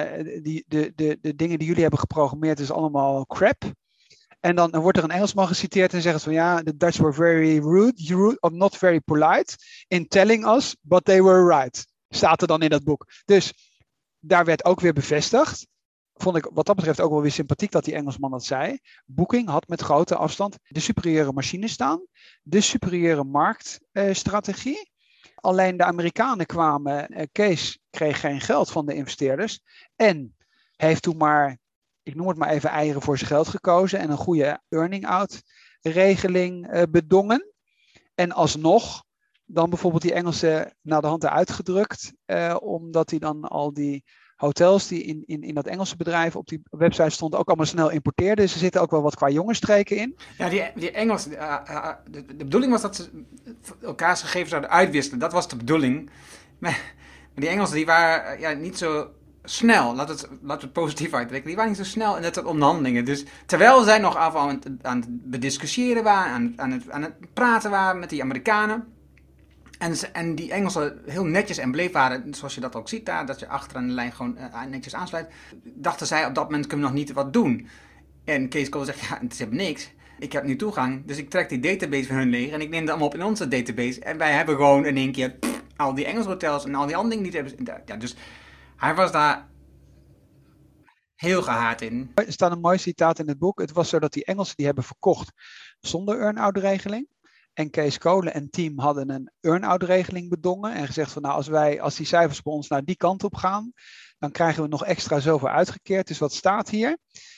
de dingen die jullie hebben geprogrammeerd is allemaal crap. En dan wordt er een Engelsman geciteerd en zeggen ze van ja, the Dutch were very rude or not very polite in telling us, but they were right. Staat er dan in dat boek. Dus daar werd ook weer bevestigd. Vond ik wat dat betreft ook wel weer sympathiek dat die Engelsman dat zei. Booking had met grote afstand de superieure machine staan. De superieure marktstrategie. Alleen de Amerikanen kwamen. Kees kreeg geen geld van de investeerders. En heeft toen maar, ik noem het maar even, eieren voor zijn geld gekozen. En een goede earning-out regeling bedongen. En alsnog dan bijvoorbeeld die Engelsen naar de hand eruit gedrukt. Omdat hij dan al die hotels die in dat Engelse bedrijf op die website stonden ook allemaal snel importeerden. Dus er zitten ook wel wat qua jongensstreken in. Ja, die Engelsen, de bedoeling was dat ze elkaars gegevens zouden uitwisselen. Dat was de bedoeling. Maar die Engelsen die waren niet zo snel, laten we het positief uitdrukken. Die waren niet zo snel in dat soort onderhandelingen. Dus terwijl zij nog aan het bediscussiëren waren, aan het praten waren met die Amerikanen. En die Engelsen heel netjes en beleefd waren, zoals je dat ook ziet daar, dat je achteraan de lijn gewoon netjes aansluit. Dachten zij, op dat moment kunnen we nog niet wat doen. En Kees Cole zegt, ja, het is helemaal niks. Ik heb nu toegang, dus ik trek die database van hun leeg en ik neem dat allemaal op in onze database. En wij hebben gewoon in één keer al die Engelse hotels en al die andere dingen die hebben. Ja, dus hij was daar heel gehaat in. Er staat een mooi citaat in het boek. Het was zo dat die Engelsen die hebben verkocht zonder earn-out regeling. En Kees Cole en team hadden een earn-out regeling bedongen. En gezegd van nou, als die cijfers bij ons naar die kant op gaan, dan krijgen we nog extra zoveel uitgekeerd. Dus wat staat hier?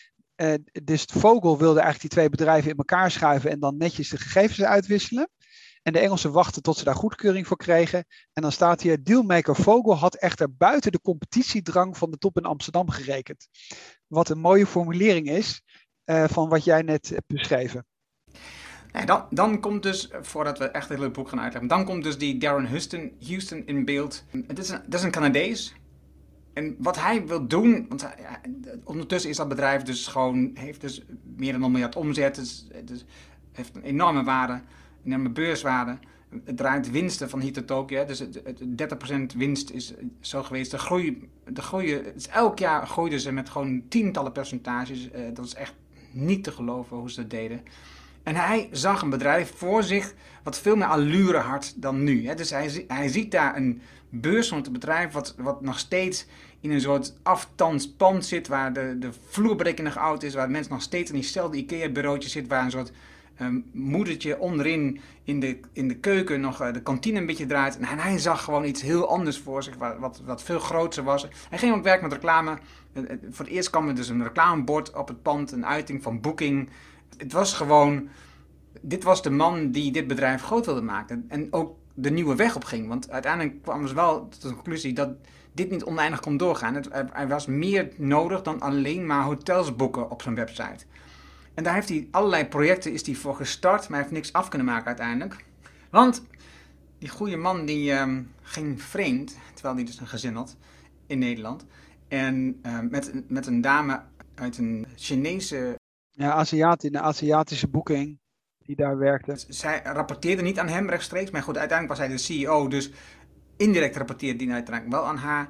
Dus Vogel wilde eigenlijk die twee bedrijven in elkaar schuiven en dan netjes de gegevens uitwisselen. En de Engelsen wachten tot ze daar goedkeuring voor kregen. En dan staat hier, dealmaker Vogel had echter buiten de competitiedrang van de top in Amsterdam gerekend. Wat een mooie formulering is van wat jij net hebt beschreven. Nee, dan komt dus, voordat we echt het hele boek gaan uitleggen, dan komt dus die Darren Houston in beeld. Dat is een Canadees. En wat hij wil doen, want ondertussen is dat bedrijf dus heeft dus meer dan 1 miljard omzet. Dus heeft een enorme waarde, een enorme beurswaarde. Het draait winsten van hier tot Tokio. Dus 30% winst is zo geweest. De groei, dus elk jaar groeiden ze met gewoon tientallen percentages. Dat is echt niet te geloven hoe ze dat deden. En hij zag een bedrijf voor zich wat veel meer allure had dan nu. Hè. Dus hij ziet daar een beursgenoteerd bedrijf wat nog steeds in een soort afstandspand zit, waar de vloerbedekking nog oud is, waar mensen nog steeds in diezelfde IKEA-bureautjes zit, waar een soort moedertje onderin in de keuken nog de kantine een beetje draait. En hij zag gewoon iets heel anders voor zich, wat veel groter was. Hij ging ook werken met reclame. Voor het eerst kwam er dus een reclamebord op het pand, een uiting van Booking. Het was gewoon, dit was de man die dit bedrijf groot wilde maken. En ook de nieuwe weg op ging. Want uiteindelijk kwamen ze wel tot de conclusie dat dit niet oneindig kon doorgaan. Er was meer nodig dan alleen maar hotels boeken op zijn website. En daar heeft hij allerlei projecten voor gestart, maar hij heeft niks af kunnen maken uiteindelijk. Want die goede man die ging vreemd, terwijl hij dus een gezin had in Nederland. En met een dame uit een Chinese... Ja, in de Aziatische Booking die daar werkte. Zij rapporteerde niet aan hem rechtstreeks, maar goed, uiteindelijk was hij de CEO, dus indirect rapporteerde hij uiteindelijk wel aan haar.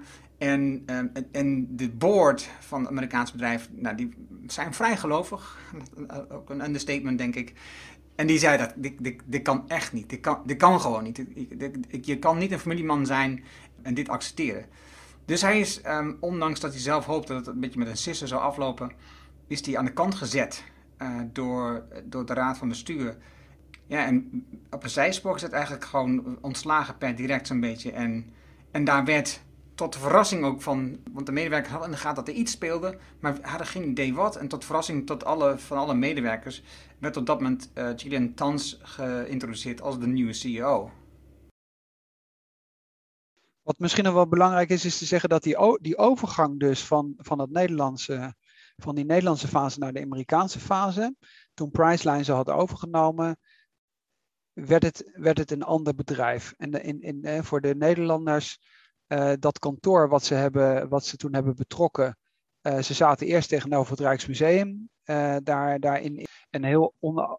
En de board van het Amerikaanse bedrijf, nou, die zijn vrij gelovig. Ook een understatement, denk ik. En die zei dat, dit kan echt niet. Dit kan gewoon niet. Je kan niet een familieman zijn en dit accepteren. Dus hij is, ondanks dat hij zelf hoopt dat het een beetje met een sisser zou aflopen, is hij aan de kant gezet door de raad van bestuur. Ja, en op een zijspoor is het eigenlijk gewoon ontslagen per direct zo'n beetje. En daar werd, tot verrassing ook van, want de medewerkers hadden in de gaten dat er iets speelde, maar hadden geen idee wat. En tot verrassing van alle medewerkers werd op dat moment Gillian Tans geïntroduceerd als de nieuwe CEO. Wat misschien nog wel belangrijk is te zeggen dat die overgang dus van die Nederlandse fase naar de Amerikaanse fase, toen Priceline ze had overgenomen, werd het een ander bedrijf. En voor de Nederlanders, dat kantoor wat ze toen hebben betrokken Ze zaten eerst tegenover het Rijksmuseum. Daar in een heel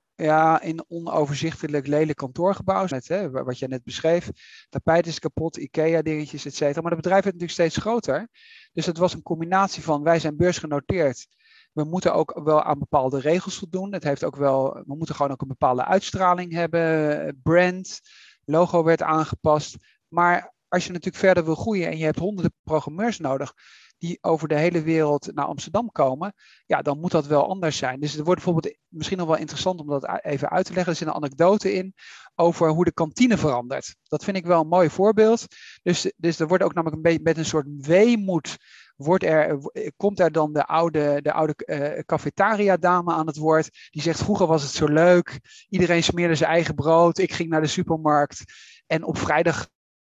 onoverzichtelijk lelijk kantoorgebouw. Wat jij net beschreef. Tapijt is kapot, IKEA-dingetjes, et cetera. Maar het bedrijf werd natuurlijk steeds groter. Dus het was een combinatie van wij zijn beursgenoteerd. We moeten ook wel aan bepaalde regels voldoen. We moeten gewoon ook een bepaalde uitstraling hebben. Brand, logo werd aangepast. Maar als je natuurlijk verder wil groeien en je hebt honderden programmeurs nodig die over de hele wereld naar Amsterdam komen, ja, dan moet dat wel anders zijn. Dus het wordt bijvoorbeeld misschien nog wel interessant om dat even uit te leggen. Er zit een anekdote in over hoe de kantine verandert. Dat vind ik wel een mooi voorbeeld. Dus er wordt ook namelijk een beetje met een soort weemoed komt er dan de oude cafetaria-dame aan het woord. Die zegt, vroeger was het zo leuk. Iedereen smeerde zijn eigen brood. Ik ging naar de supermarkt. En op vrijdag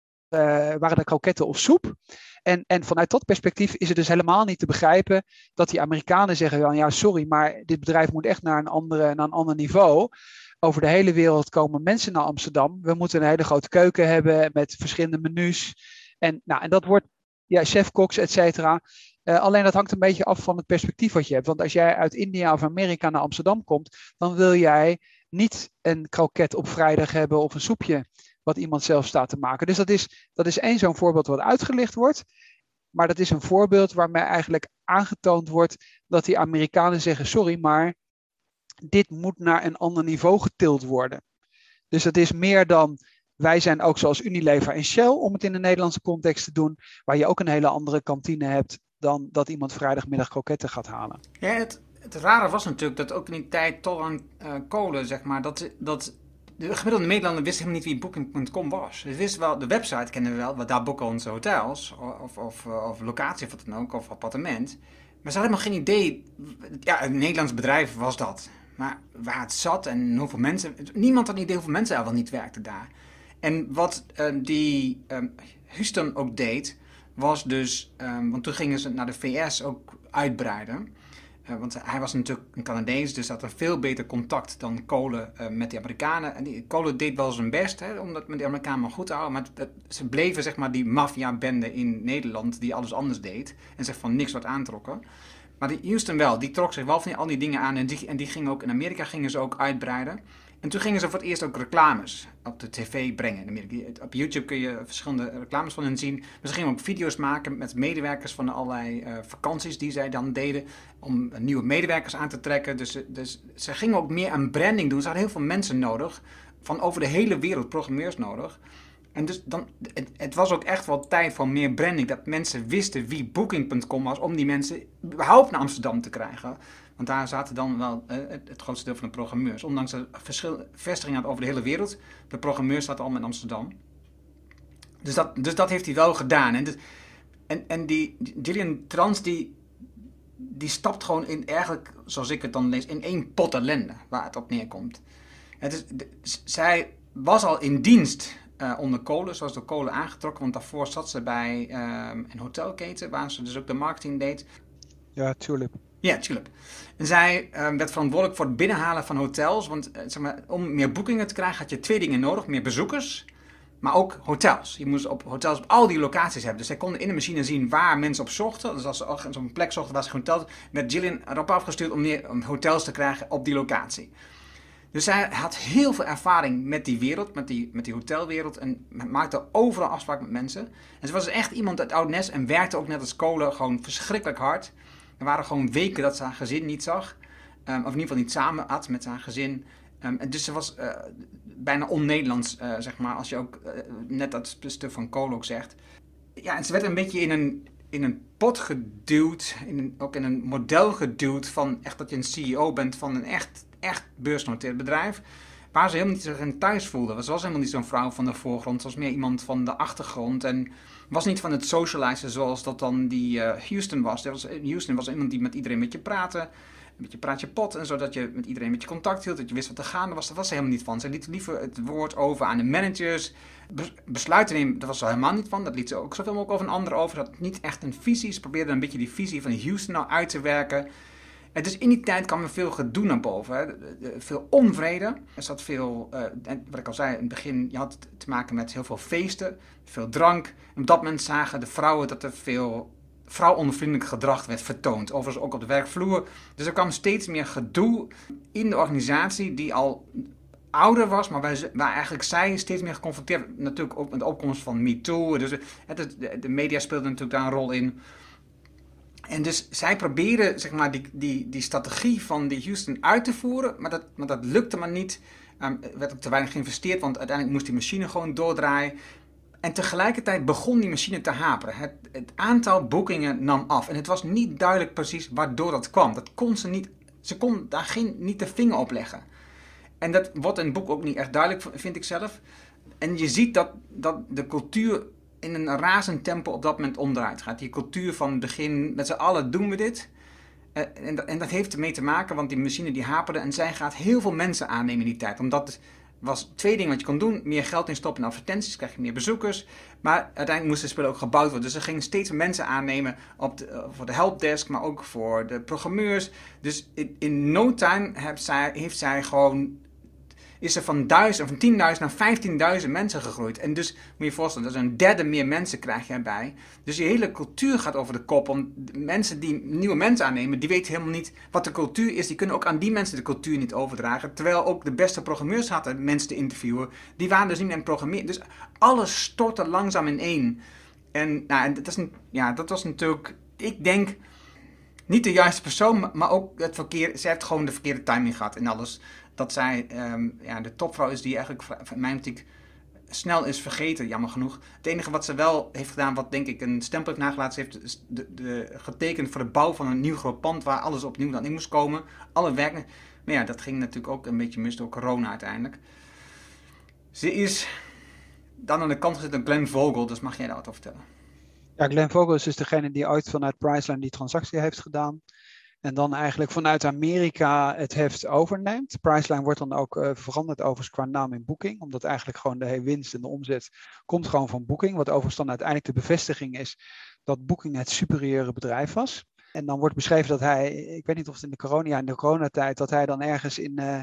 waren er kroketten of soep. En vanuit dat perspectief is het dus helemaal niet te begrijpen dat die Amerikanen zeggen van ja, sorry, maar dit bedrijf moet echt naar een ander niveau. Over de hele wereld komen mensen naar Amsterdam. We moeten een hele grote keuken hebben met verschillende menus. En dat wordt chefkoks, et cetera. Alleen dat hangt een beetje af van het perspectief wat je hebt. Want als jij uit India of Amerika naar Amsterdam komt, dan wil jij niet een kroket op vrijdag hebben of een soepje wat iemand zelf staat te maken. Dus dat is één zo'n voorbeeld wat uitgelicht wordt. Maar dat is een voorbeeld waarmee eigenlijk aangetoond wordt dat die Amerikanen zeggen, sorry, maar dit moet naar een ander niveau getild worden. Dus dat is meer dan, wij zijn ook zoals Unilever en Shell, om het in de Nederlandse context te doen, waar je ook een hele andere kantine hebt dan dat iemand vrijdagmiddag kroketten gaat halen. Ja, het rare was natuurlijk dat ook in die tijd tot aan kolen, zeg maar, dat de gemiddelde Nederlander wist helemaal niet wie Booking.com was. Ze wisten wel, de website kennen we wel, want daar boeken onze hotels, of locatie of wat dan ook, of appartement. Maar ze hadden helemaal geen idee, ja, een Nederlands bedrijf was dat. Maar waar het zat en hoeveel mensen, niemand had een idee hoeveel mensen er wel niet werkten daar. En wat Houston ook deed, was dus, want toen gingen ze naar de VS ook uitbreiden. Want hij was natuurlijk een Canadees, dus had er veel beter contact dan Kolen met de Amerikanen. En Kolen deed wel zijn best, om dat met de Amerikanen maar goed te houden. Maar ze bleven, zeg maar, die maffia-bende in Nederland die alles anders deed. En zich van niks wat aantrokken. Maar die Houston wel, die trok zich wel van al die dingen aan. En die gingen ook, in Amerika gingen ze ook uitbreiden. En toen gingen ze voor het eerst ook reclames op de tv brengen in Amerika. Op YouTube kun je verschillende reclames van hen zien. Maar ze gingen ook video's maken met medewerkers van allerlei vakanties die zij dan deden. Om nieuwe medewerkers aan te trekken. Dus ze gingen ook meer aan branding doen. Ze hadden heel veel mensen nodig. Van over de hele wereld programmeurs nodig. En dus het was ook echt wel tijd voor meer branding. Dat mensen wisten wie Booking.com was. Om die mensen überhaupt naar Amsterdam te krijgen. Want daar zaten dan wel het grootste deel van de programmeurs. Ondanks de vestigingen over de hele wereld. De programmeurs zaten allemaal in Amsterdam. Dus dat heeft hij wel gedaan. En die Gillian Trans die stapt gewoon in, eigenlijk, zoals ik het dan lees, in één pot ellende. Waar het op neerkomt. Zij was al in dienst onder Kolen. Zoals door Kolen aangetrokken. Want daarvoor zat ze bij een hotelketen. Waar ze dus ook de marketing deed. Ja, Tulip. Ja, Tulip. En zij werd verantwoordelijk voor het binnenhalen van hotels. Want zeg maar, om meer boekingen te krijgen had je twee dingen nodig. Meer bezoekers, maar ook hotels. Je moest hotels op al die locaties hebben. Dus zij konden in de machine zien waar mensen op zochten. Dus als ze op een plek zochten waar ze hotels, werd Gillian erop afgestuurd om meer hotels te krijgen op die locatie. Dus zij had heel veel ervaring met die wereld, met die hotelwereld. En maakte overal afspraken met mensen. En ze was echt iemand uit Oud-Nest en werkte ook net als Kolen gewoon verschrikkelijk hard. Er waren gewoon weken dat ze haar gezin niet zag. Of in ieder geval niet samen had met haar gezin. Dus ze was bijna on-Nederlands, zeg maar. Als je ook net dat stuk van Kolen ook zegt. Ja, en ze werd een beetje in een pot geduwd. Ook in een model geduwd van echt dat je een CEO bent van een echt beursgenoteerd bedrijf. Waar ze helemaal niet zich in thuis voelde. Ze was helemaal niet zo'n vrouw van de voorgrond. Ze was meer iemand van de achtergrond. En was niet van het socializen zoals dat dan die Houston was. Houston was iemand die met iedereen met je praatte. Met je praatje pot. En zodat je met iedereen met je contact hield. Dat je wist wat er gaande was. Dat was ze helemaal niet van. Ze liet liever het woord over aan de managers. Besluiten nemen, dat was ze helemaal niet van. Dat liet ze ook zoveel mogelijk over een ander over. Dat had niet echt een visie. Ze probeerde een beetje die visie van Houston nou uit te werken. En dus in die tijd kwam er veel gedoe naar boven. Hè. Veel onvrede. Er zat veel, wat ik al zei in het begin, je had te maken met heel veel feesten, veel drank. En op dat moment zagen de vrouwen dat er veel vrouwonvriendelijk gedrag werd vertoond. Overigens ook op de werkvloer. Dus er kwam steeds meer gedoe in de organisatie die al ouder was, maar waar eigenlijk zij steeds meer geconfronteerd, natuurlijk ook met de opkomst van MeToo. Dus de media speelden natuurlijk daar een rol in. En dus zij probeerden zeg maar, die strategie van die Houston uit te voeren, maar dat lukte maar niet. Er werd ook te weinig geïnvesteerd, want uiteindelijk moest die machine gewoon doordraaien. En tegelijkertijd begon die machine te haperen. Het aantal boekingen nam af. En het was niet duidelijk precies waardoor dat kwam. Dat kon ze kon daar niet de vinger op leggen. En dat wordt in het boek ook niet echt duidelijk, vind ik zelf. En je ziet dat de cultuur in een razend tempo op dat moment omdraait. Gaat die cultuur van het begin, met z'n allen doen we dit. En dat heeft ermee te maken, want die machine die haperde en zij gaat heel veel mensen aannemen in die tijd. Omdat was 2 dingen wat je kon doen. Meer geld instoppen in advertenties, krijg je meer bezoekers. Maar uiteindelijk moesten de spullen ook gebouwd worden. Dus er gingen steeds meer mensen aannemen voor de helpdesk, maar ook voor de programmeurs. Dus in no time heeft zij gewoon, is er van 10.000 naar 15.000 mensen gegroeid. En dus moet je je voorstellen, dat is 1/3 meer mensen krijg je erbij. Dus je hele cultuur gaat over de kop. Want mensen die nieuwe mensen aannemen, die weten helemaal niet wat de cultuur is. Die kunnen ook aan die mensen de cultuur niet overdragen. Terwijl ook de beste programmeurs hadden mensen te interviewen. Die waren dus niet aan het programmeren. Dus alles stortte langzaam ineen. En dat was natuurlijk, ik denk, niet de juiste persoon, maar ook het verkeer. Ze heeft gewoon de verkeerde timing gehad in alles. Dat zij de topvrouw is die eigenlijk van mijn optiek snel is vergeten, jammer genoeg. Het enige wat ze wel heeft gedaan, wat denk ik een stempel heeft nagelaten, ze heeft getekend voor de bouw van een nieuw groot pand waar alles opnieuw dan in moest komen. Alle werken. Maar ja, dat ging natuurlijk ook een beetje mis door corona uiteindelijk. Ze is dan aan de kant gezet door Glenn Vogel, dus mag jij daar wat over vertellen? Ja, Glenn Vogel is dus degene die ooit vanuit Priceline die transactie heeft gedaan. En dan eigenlijk vanuit Amerika het heft overneemt. Priceline wordt dan ook veranderd overigens qua naam in Booking. Omdat eigenlijk gewoon de hele winst en de omzet komt gewoon van Booking. Wat overigens dan uiteindelijk de bevestiging is dat Booking het superieure bedrijf was. En dan wordt beschreven dat hij, ik weet niet of het in de coronatijd, dat hij dan ergens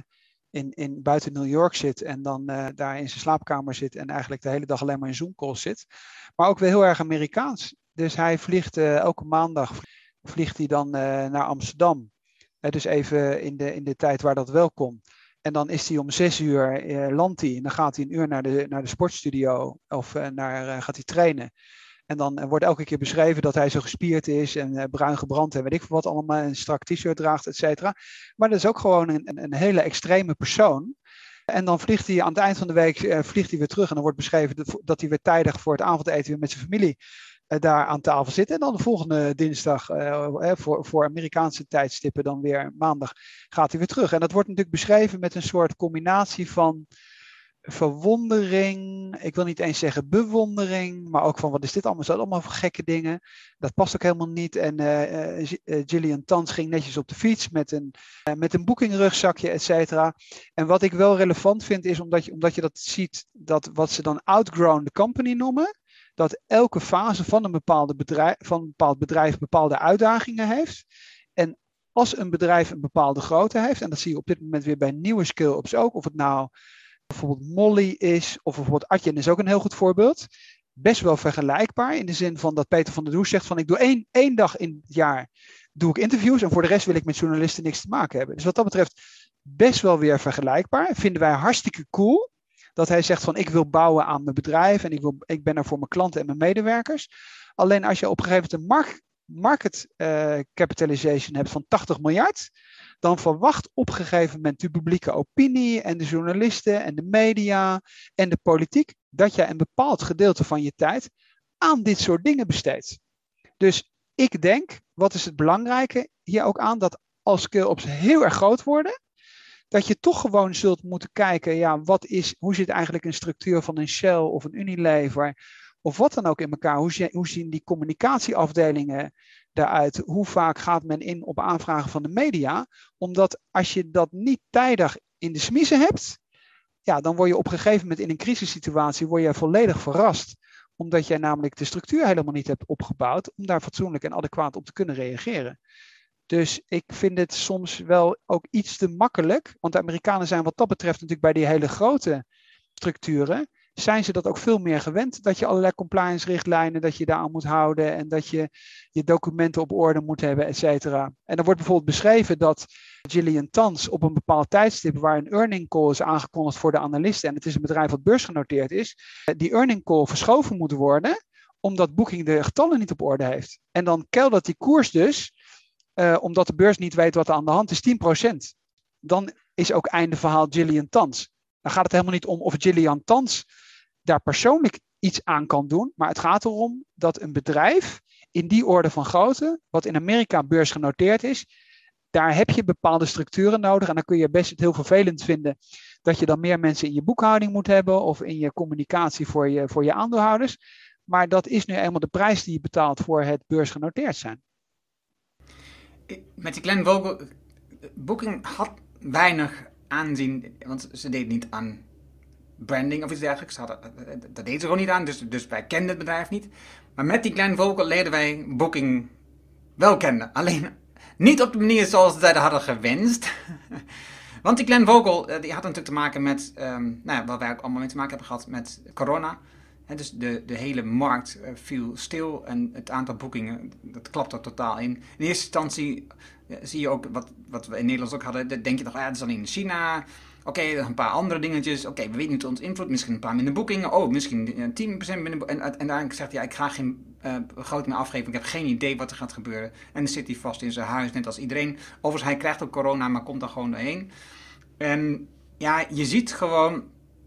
in buiten New York zit en dan daar in zijn slaapkamer zit en eigenlijk de hele dag alleen maar in Zoom-calls zit. Maar ook weer heel erg Amerikaans. Dus hij vliegt elke maandag vliegt hij dan naar Amsterdam. Dus even in de tijd waar dat wel kon. En dan is hij om 6:00 landt hij. En dan gaat hij 1 uur naar de sportstudio. Of gaat hij trainen. En dan wordt elke keer beschreven dat hij zo gespierd is. En bruin gebrand en weet ik veel wat allemaal. Een strak t-shirt draagt, et cetera. Maar dat is ook gewoon een hele extreme persoon. En dan vliegt hij aan het eind van de week weer terug. En dan wordt beschreven dat hij weer tijdig voor het avondeten weer met zijn familie daar aan tafel zitten. En dan de volgende dinsdag voor Amerikaanse tijdstippen dan weer maandag gaat hij weer terug. En dat wordt natuurlijk beschreven met een soort combinatie van verwondering, ik wil niet eens zeggen bewondering, maar ook van wat is dit allemaal, zijn allemaal voor gekke dingen. Dat past ook helemaal niet. En Gillian Tans ging netjes op de fiets met een bookingrugzakje, et cetera. En wat ik wel relevant vind is, omdat je dat ziet, dat wat ze dan outgrown the company noemen, dat elke fase van een bepaald bedrijf bepaalde uitdagingen heeft. En als een bedrijf een bepaalde grootte heeft, en dat zie je op dit moment weer bij nieuwe scale-ups ook, of het nou bijvoorbeeld Molly is, of bijvoorbeeld Adyen is ook een heel goed voorbeeld. Best wel vergelijkbaar in de zin van dat Peter van der Does zegt van ik doe één dag in het jaar doe ik interviews en voor de rest wil ik met journalisten niks te maken hebben. Dus wat dat betreft best wel weer vergelijkbaar. Vinden wij hartstikke cool. Dat hij zegt van ik wil bouwen aan mijn bedrijf en ik ben er voor mijn klanten en mijn medewerkers. Alleen als je op een gegeven moment een market capitalization hebt van 80 miljard, dan verwacht op een gegeven moment de publieke opinie en de journalisten en de media en de politiek dat jij een bepaald gedeelte van je tijd aan dit soort dingen besteedt. Dus ik denk, wat is het belangrijke hier ook aan, dat als scale-ups heel erg groot worden, dat je toch gewoon zult moeten kijken, ja, hoe zit eigenlijk een structuur van een Shell of een Unilever of wat dan ook in elkaar? Hoe zien die communicatieafdelingen daaruit? Hoe vaak gaat men in op aanvragen van de media? Omdat als je dat niet tijdig in de smiezen hebt, ja, dan word je op een gegeven moment in een crisissituatie volledig verrast. Omdat jij namelijk de structuur helemaal niet hebt opgebouwd om daar fatsoenlijk en adequaat op te kunnen reageren. Dus ik vind het soms wel ook iets te makkelijk. Want de Amerikanen zijn wat dat betreft natuurlijk bij die hele grote structuren zijn ze dat ook veel meer gewend. Dat je allerlei compliance richtlijnen, dat je daar aan moet houden en dat je je documenten op orde moet hebben, et cetera. En dan wordt bijvoorbeeld beschreven dat Gillian Tans op een bepaald tijdstip waar een earning call is aangekondigd voor de analisten en het is een bedrijf wat beursgenoteerd is, die earning call verschoven moet worden omdat Booking de getallen niet op orde heeft. En dan keldert die koers dus, omdat de beurs niet weet wat er aan de hand is, 10%. Dan is ook einde verhaal Gillian Tans. Dan gaat het helemaal niet om of Gillian Tans daar persoonlijk iets aan kan doen, maar het gaat erom dat een bedrijf in die orde van grootte, wat in Amerika beursgenoteerd is, daar heb je bepaalde structuren nodig en dan kun je best het heel vervelend vinden dat je dan meer mensen in je boekhouding moet hebben of in je communicatie voor je aandeelhouders. Maar dat is nu eenmaal de prijs die je betaalt voor het beursgenoteerd zijn. Met die Glenn Vogel, Booking had weinig aanzien, want ze deed niet aan branding of iets dergelijks. Dat deed ze gewoon niet aan, dus wij kenden het bedrijf niet. Maar met die Glenn Vogel leerden wij Booking wel kennen. Alleen niet op de manier zoals zij dat hadden gewenst. Want die Glenn Vogel, die had natuurlijk te maken met, wat wij ook allemaal mee te maken hebben gehad met corona. Dus de hele markt viel stil en het aantal boekingen, dat klapte totaal in. In eerste instantie zie je ook, wat we in Nederland ook hadden, denk je nog, dat is alleen in China. Oké, een paar andere dingetjes. Oké, we weten niet ons invloed, misschien een paar minder boekingen. Oh, misschien 10% minder boekingen. En uiteindelijk zegt hij, ik ga geen begroting meer afgeven, ik heb geen idee wat er gaat gebeuren. En dan zit hij vast in zijn huis, net als iedereen. Overigens, hij krijgt ook corona, maar komt er gewoon doorheen. En ja, je ziet gewoon,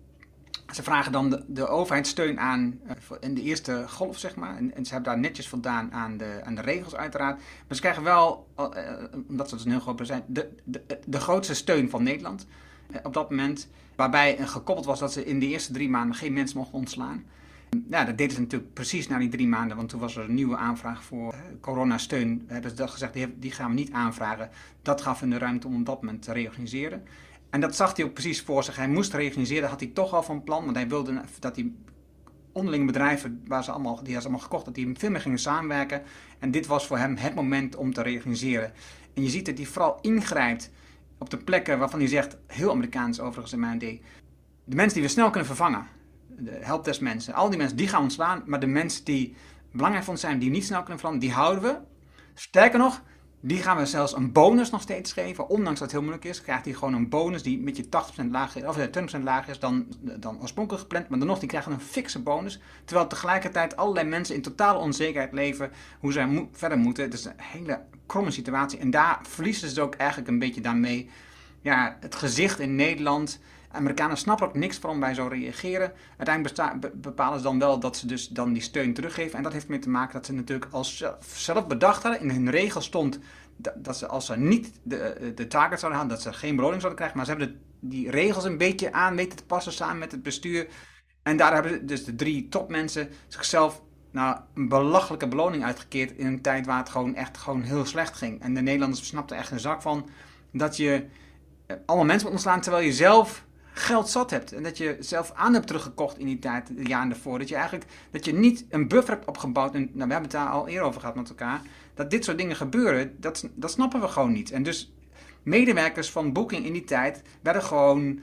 ze vragen dan de overheid steun aan in de eerste golf, zeg maar. En ze hebben daar netjes voldaan aan de regels uiteraard. Maar ze krijgen wel, omdat ze dus een heel groot zijn, de grootste steun van Nederland op dat moment. Waarbij gekoppeld was dat ze in de eerste 3 maanden geen mensen mochten ontslaan. Ja, dat deden ze natuurlijk precies na die 3 maanden, want toen was er een nieuwe aanvraag voor coronasteun. Hebben ze dat gezegd, die gaan we niet aanvragen. Dat gaf hun de ruimte om op dat moment te reorganiseren. En dat zag hij ook precies voor zich. Hij moest reorganiseren, dat had hij toch al van plan. Want hij wilde dat die onderlinge bedrijven, die hij allemaal gekocht, dat die veel meer gingen samenwerken. En dit was voor hem het moment om te reorganiseren. En je ziet dat hij vooral ingrijpt op de plekken waarvan hij zegt, heel Amerikaans overigens in mijn idee, de mensen die we snel kunnen vervangen. De helpdesk mensen, al die mensen, die gaan ontslaan. Maar de mensen die belangrijk voor ons zijn, die niet snel kunnen veranderen, die houden we. Sterker nog, die gaan we zelfs een bonus nog steeds geven. Ondanks dat het heel moeilijk is, krijgt hij gewoon een bonus die met je 80% lager is, of 20% lager is dan oorspronkelijk gepland. Maar dan nog, die krijgen een fikse bonus. Terwijl tegelijkertijd allerlei mensen in totale onzekerheid leven hoe zij verder moeten. Het is een hele kromme situatie. En daar verliezen ze ook eigenlijk een beetje daarmee. Ja, het gezicht in Nederland. Amerikanen snappen ook niks waarom wij zo reageren. Uiteindelijk bepalen ze dan wel dat ze dus dan die steun teruggeven. En dat heeft mee te maken dat ze natuurlijk zelf bedacht hadden. In hun regel stond dat ze als ze niet de target zouden halen, dat ze geen beloning zouden krijgen. Maar ze hebben die regels een beetje aan weten te passen samen met het bestuur. En daar hebben dus de 3 topmensen zichzelf een belachelijke beloning uitgekeerd in een tijd waar het gewoon heel slecht ging. En de Nederlanders snapten echt een zak van dat je allemaal mensen moet ontslaan terwijl je zelf geld zat hebt. En dat je zelf aan hebt teruggekocht in die tijd, de jaren ervoor. Dat je niet een buffer hebt opgebouwd. En, we hebben het daar al eerder over gehad met elkaar. Dat dit soort dingen gebeuren, dat snappen we gewoon niet. En dus medewerkers van Booking in die tijd werden gewoon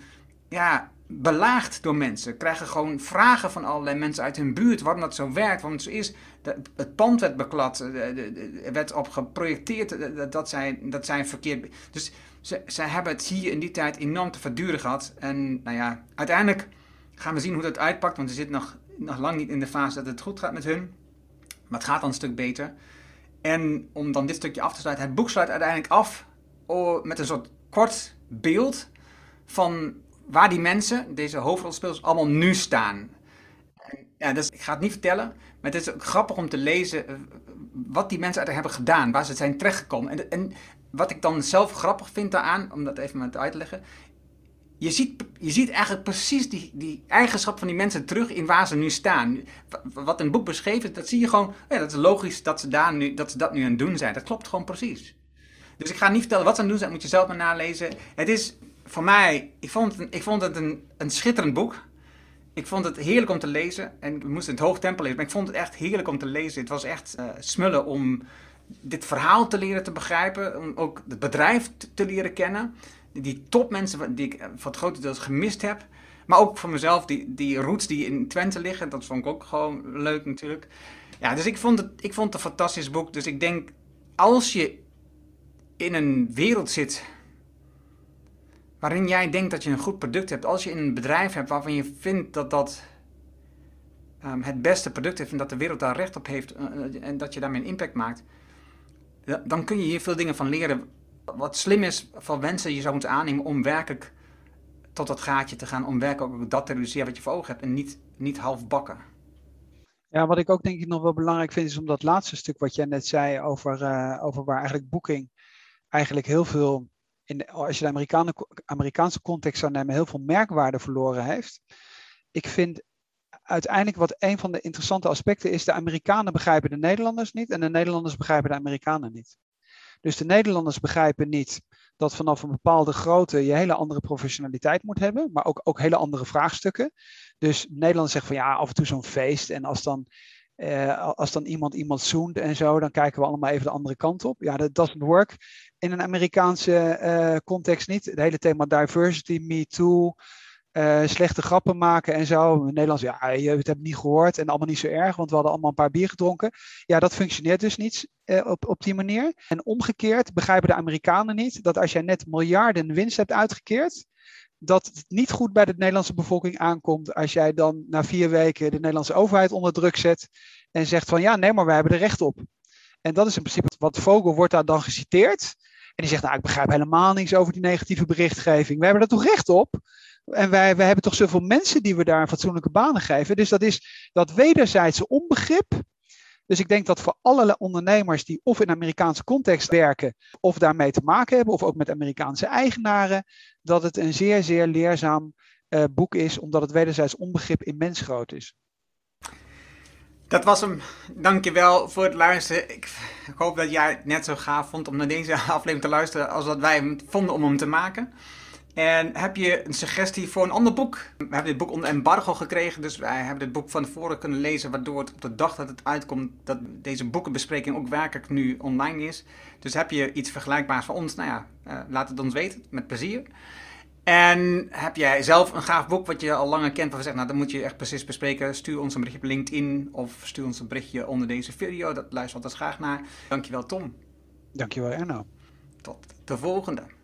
belaagd door mensen. Krijgen gewoon vragen van allerlei mensen uit hun buurt waarom dat zo werkt, waarom het zo is. Het pand werd beklad, er werd op geprojecteerd dat zij verkeerd. Dus zij hebben het hier in die tijd enorm te verduren gehad. En uiteindelijk gaan we zien hoe dat uitpakt, want ze zitten nog lang niet in de fase dat het goed gaat met hun. Maar het gaat dan een stuk beter. En om dan dit stukje af te sluiten, het boek sluit uiteindelijk af met een soort kort beeld van waar die mensen, deze hoofdrolspelers, allemaal nu staan. Ja, dus ik ga het niet vertellen, maar het is ook grappig om te lezen wat die mensen hebben gedaan, waar ze zijn terechtgekomen. En wat ik dan zelf grappig vind daaraan, om dat even maar uit te leggen, je ziet eigenlijk precies die eigenschap van die mensen terug in waar ze nu staan. Wat een boek beschreven, dat zie je gewoon, dat is logisch dat ze dat nu aan het doen zijn. Dat klopt gewoon precies. Dus ik ga niet vertellen wat ze aan het doen zijn, dat moet je zelf maar nalezen. Het is voor mij, ik vond het een schitterend boek. Ik vond het heerlijk om te lezen. En we moesten het hoog tempo lezen, maar ik vond het echt heerlijk om te lezen. Het was echt smullen om dit verhaal te leren te begrijpen. Om ook het bedrijf te leren kennen. Die topmensen die ik voor het grote deel gemist heb. Maar ook voor mezelf, die roots die in Twente liggen, dat vond ik ook gewoon leuk natuurlijk. Ja, dus ik vond het een fantastisch boek. Dus ik denk, als je in een wereld zit waarin jij denkt dat je een goed product hebt, als je in een bedrijf hebt waarvan je vindt dat het beste product heeft en dat de wereld daar recht op heeft en dat je daarmee een impact maakt, dan kun je hier veel dingen van leren. Wat slim is van wensen je zou moeten aannemen om werkelijk tot dat gaatje te gaan, om werkelijk ook dat te realiseren wat je voor ogen hebt en niet half bakken. Ja, wat ik ook denk ik nog wel belangrijk vind, is om dat laatste stuk wat jij net zei over waar eigenlijk Booking eigenlijk heel veel, als je de Amerikaanse context zou nemen, heel veel merkwaarde verloren heeft. Ik vind uiteindelijk wat een van de interessante aspecten is, de Amerikanen begrijpen de Nederlanders niet en de Nederlanders begrijpen de Amerikanen niet. Dus de Nederlanders begrijpen niet dat vanaf een bepaalde grootte je hele andere professionaliteit moet hebben, maar ook hele andere vraagstukken. Dus Nederlanders zeggen van ja, af en toe zo'n feest en als dan iemand zoent en zo, dan kijken we allemaal even de andere kant op. Ja, dat doesn't work. In een Amerikaanse context niet. Het hele thema diversity, me too, slechte grappen maken en zo. In Nederlands, ja, je hebt het niet gehoord en allemaal niet zo erg, want we hadden allemaal een paar bier gedronken. Ja, dat functioneert dus niet op die manier. En omgekeerd begrijpen de Amerikanen niet dat als jij net miljarden winst hebt uitgekeerd, dat het niet goed bij de Nederlandse bevolking aankomt als jij dan na 4 weken de Nederlandse overheid onder druk zet en zegt van ja, nee, maar wij hebben er recht op. En dat is in principe wat Vogel wordt daar dan geciteerd. En die zegt, nou, ik begrijp helemaal niks over die negatieve berichtgeving. We hebben er toch recht op? En wij hebben toch zoveel mensen die we daar fatsoenlijke banen geven. Dus dat is dat wederzijdse onbegrip. Dus ik denk dat voor alle ondernemers die of in een Amerikaanse context werken, of daarmee te maken hebben, of ook met Amerikaanse eigenaren, dat het een zeer, zeer leerzaam boek is, omdat het wederzijds onbegrip immens groot is. Dat was hem. Dankjewel voor het luisteren. Ik hoop dat jij het net zo gaaf vond om naar deze aflevering te luisteren als dat wij hem vonden om hem te maken. En heb je een suggestie voor een ander boek? We hebben dit boek onder embargo gekregen, dus wij hebben dit boek van tevoren kunnen lezen, waardoor het op de dag dat het uitkomt, dat deze boekenbespreking ook werkelijk nu online is. Dus heb je iets vergelijkbaars voor ons? Nou ja, laat het ons weten, met plezier. En heb jij zelf een gaaf boek wat je al langer kent, waarvan je zegt, nou, dat moet je echt precies bespreken. Stuur ons een berichtje op LinkedIn of stuur ons een berichtje onder deze video. Dat luisteren we altijd graag naar. Dankjewel, Tom. Dankjewel, Erno. Tot de volgende.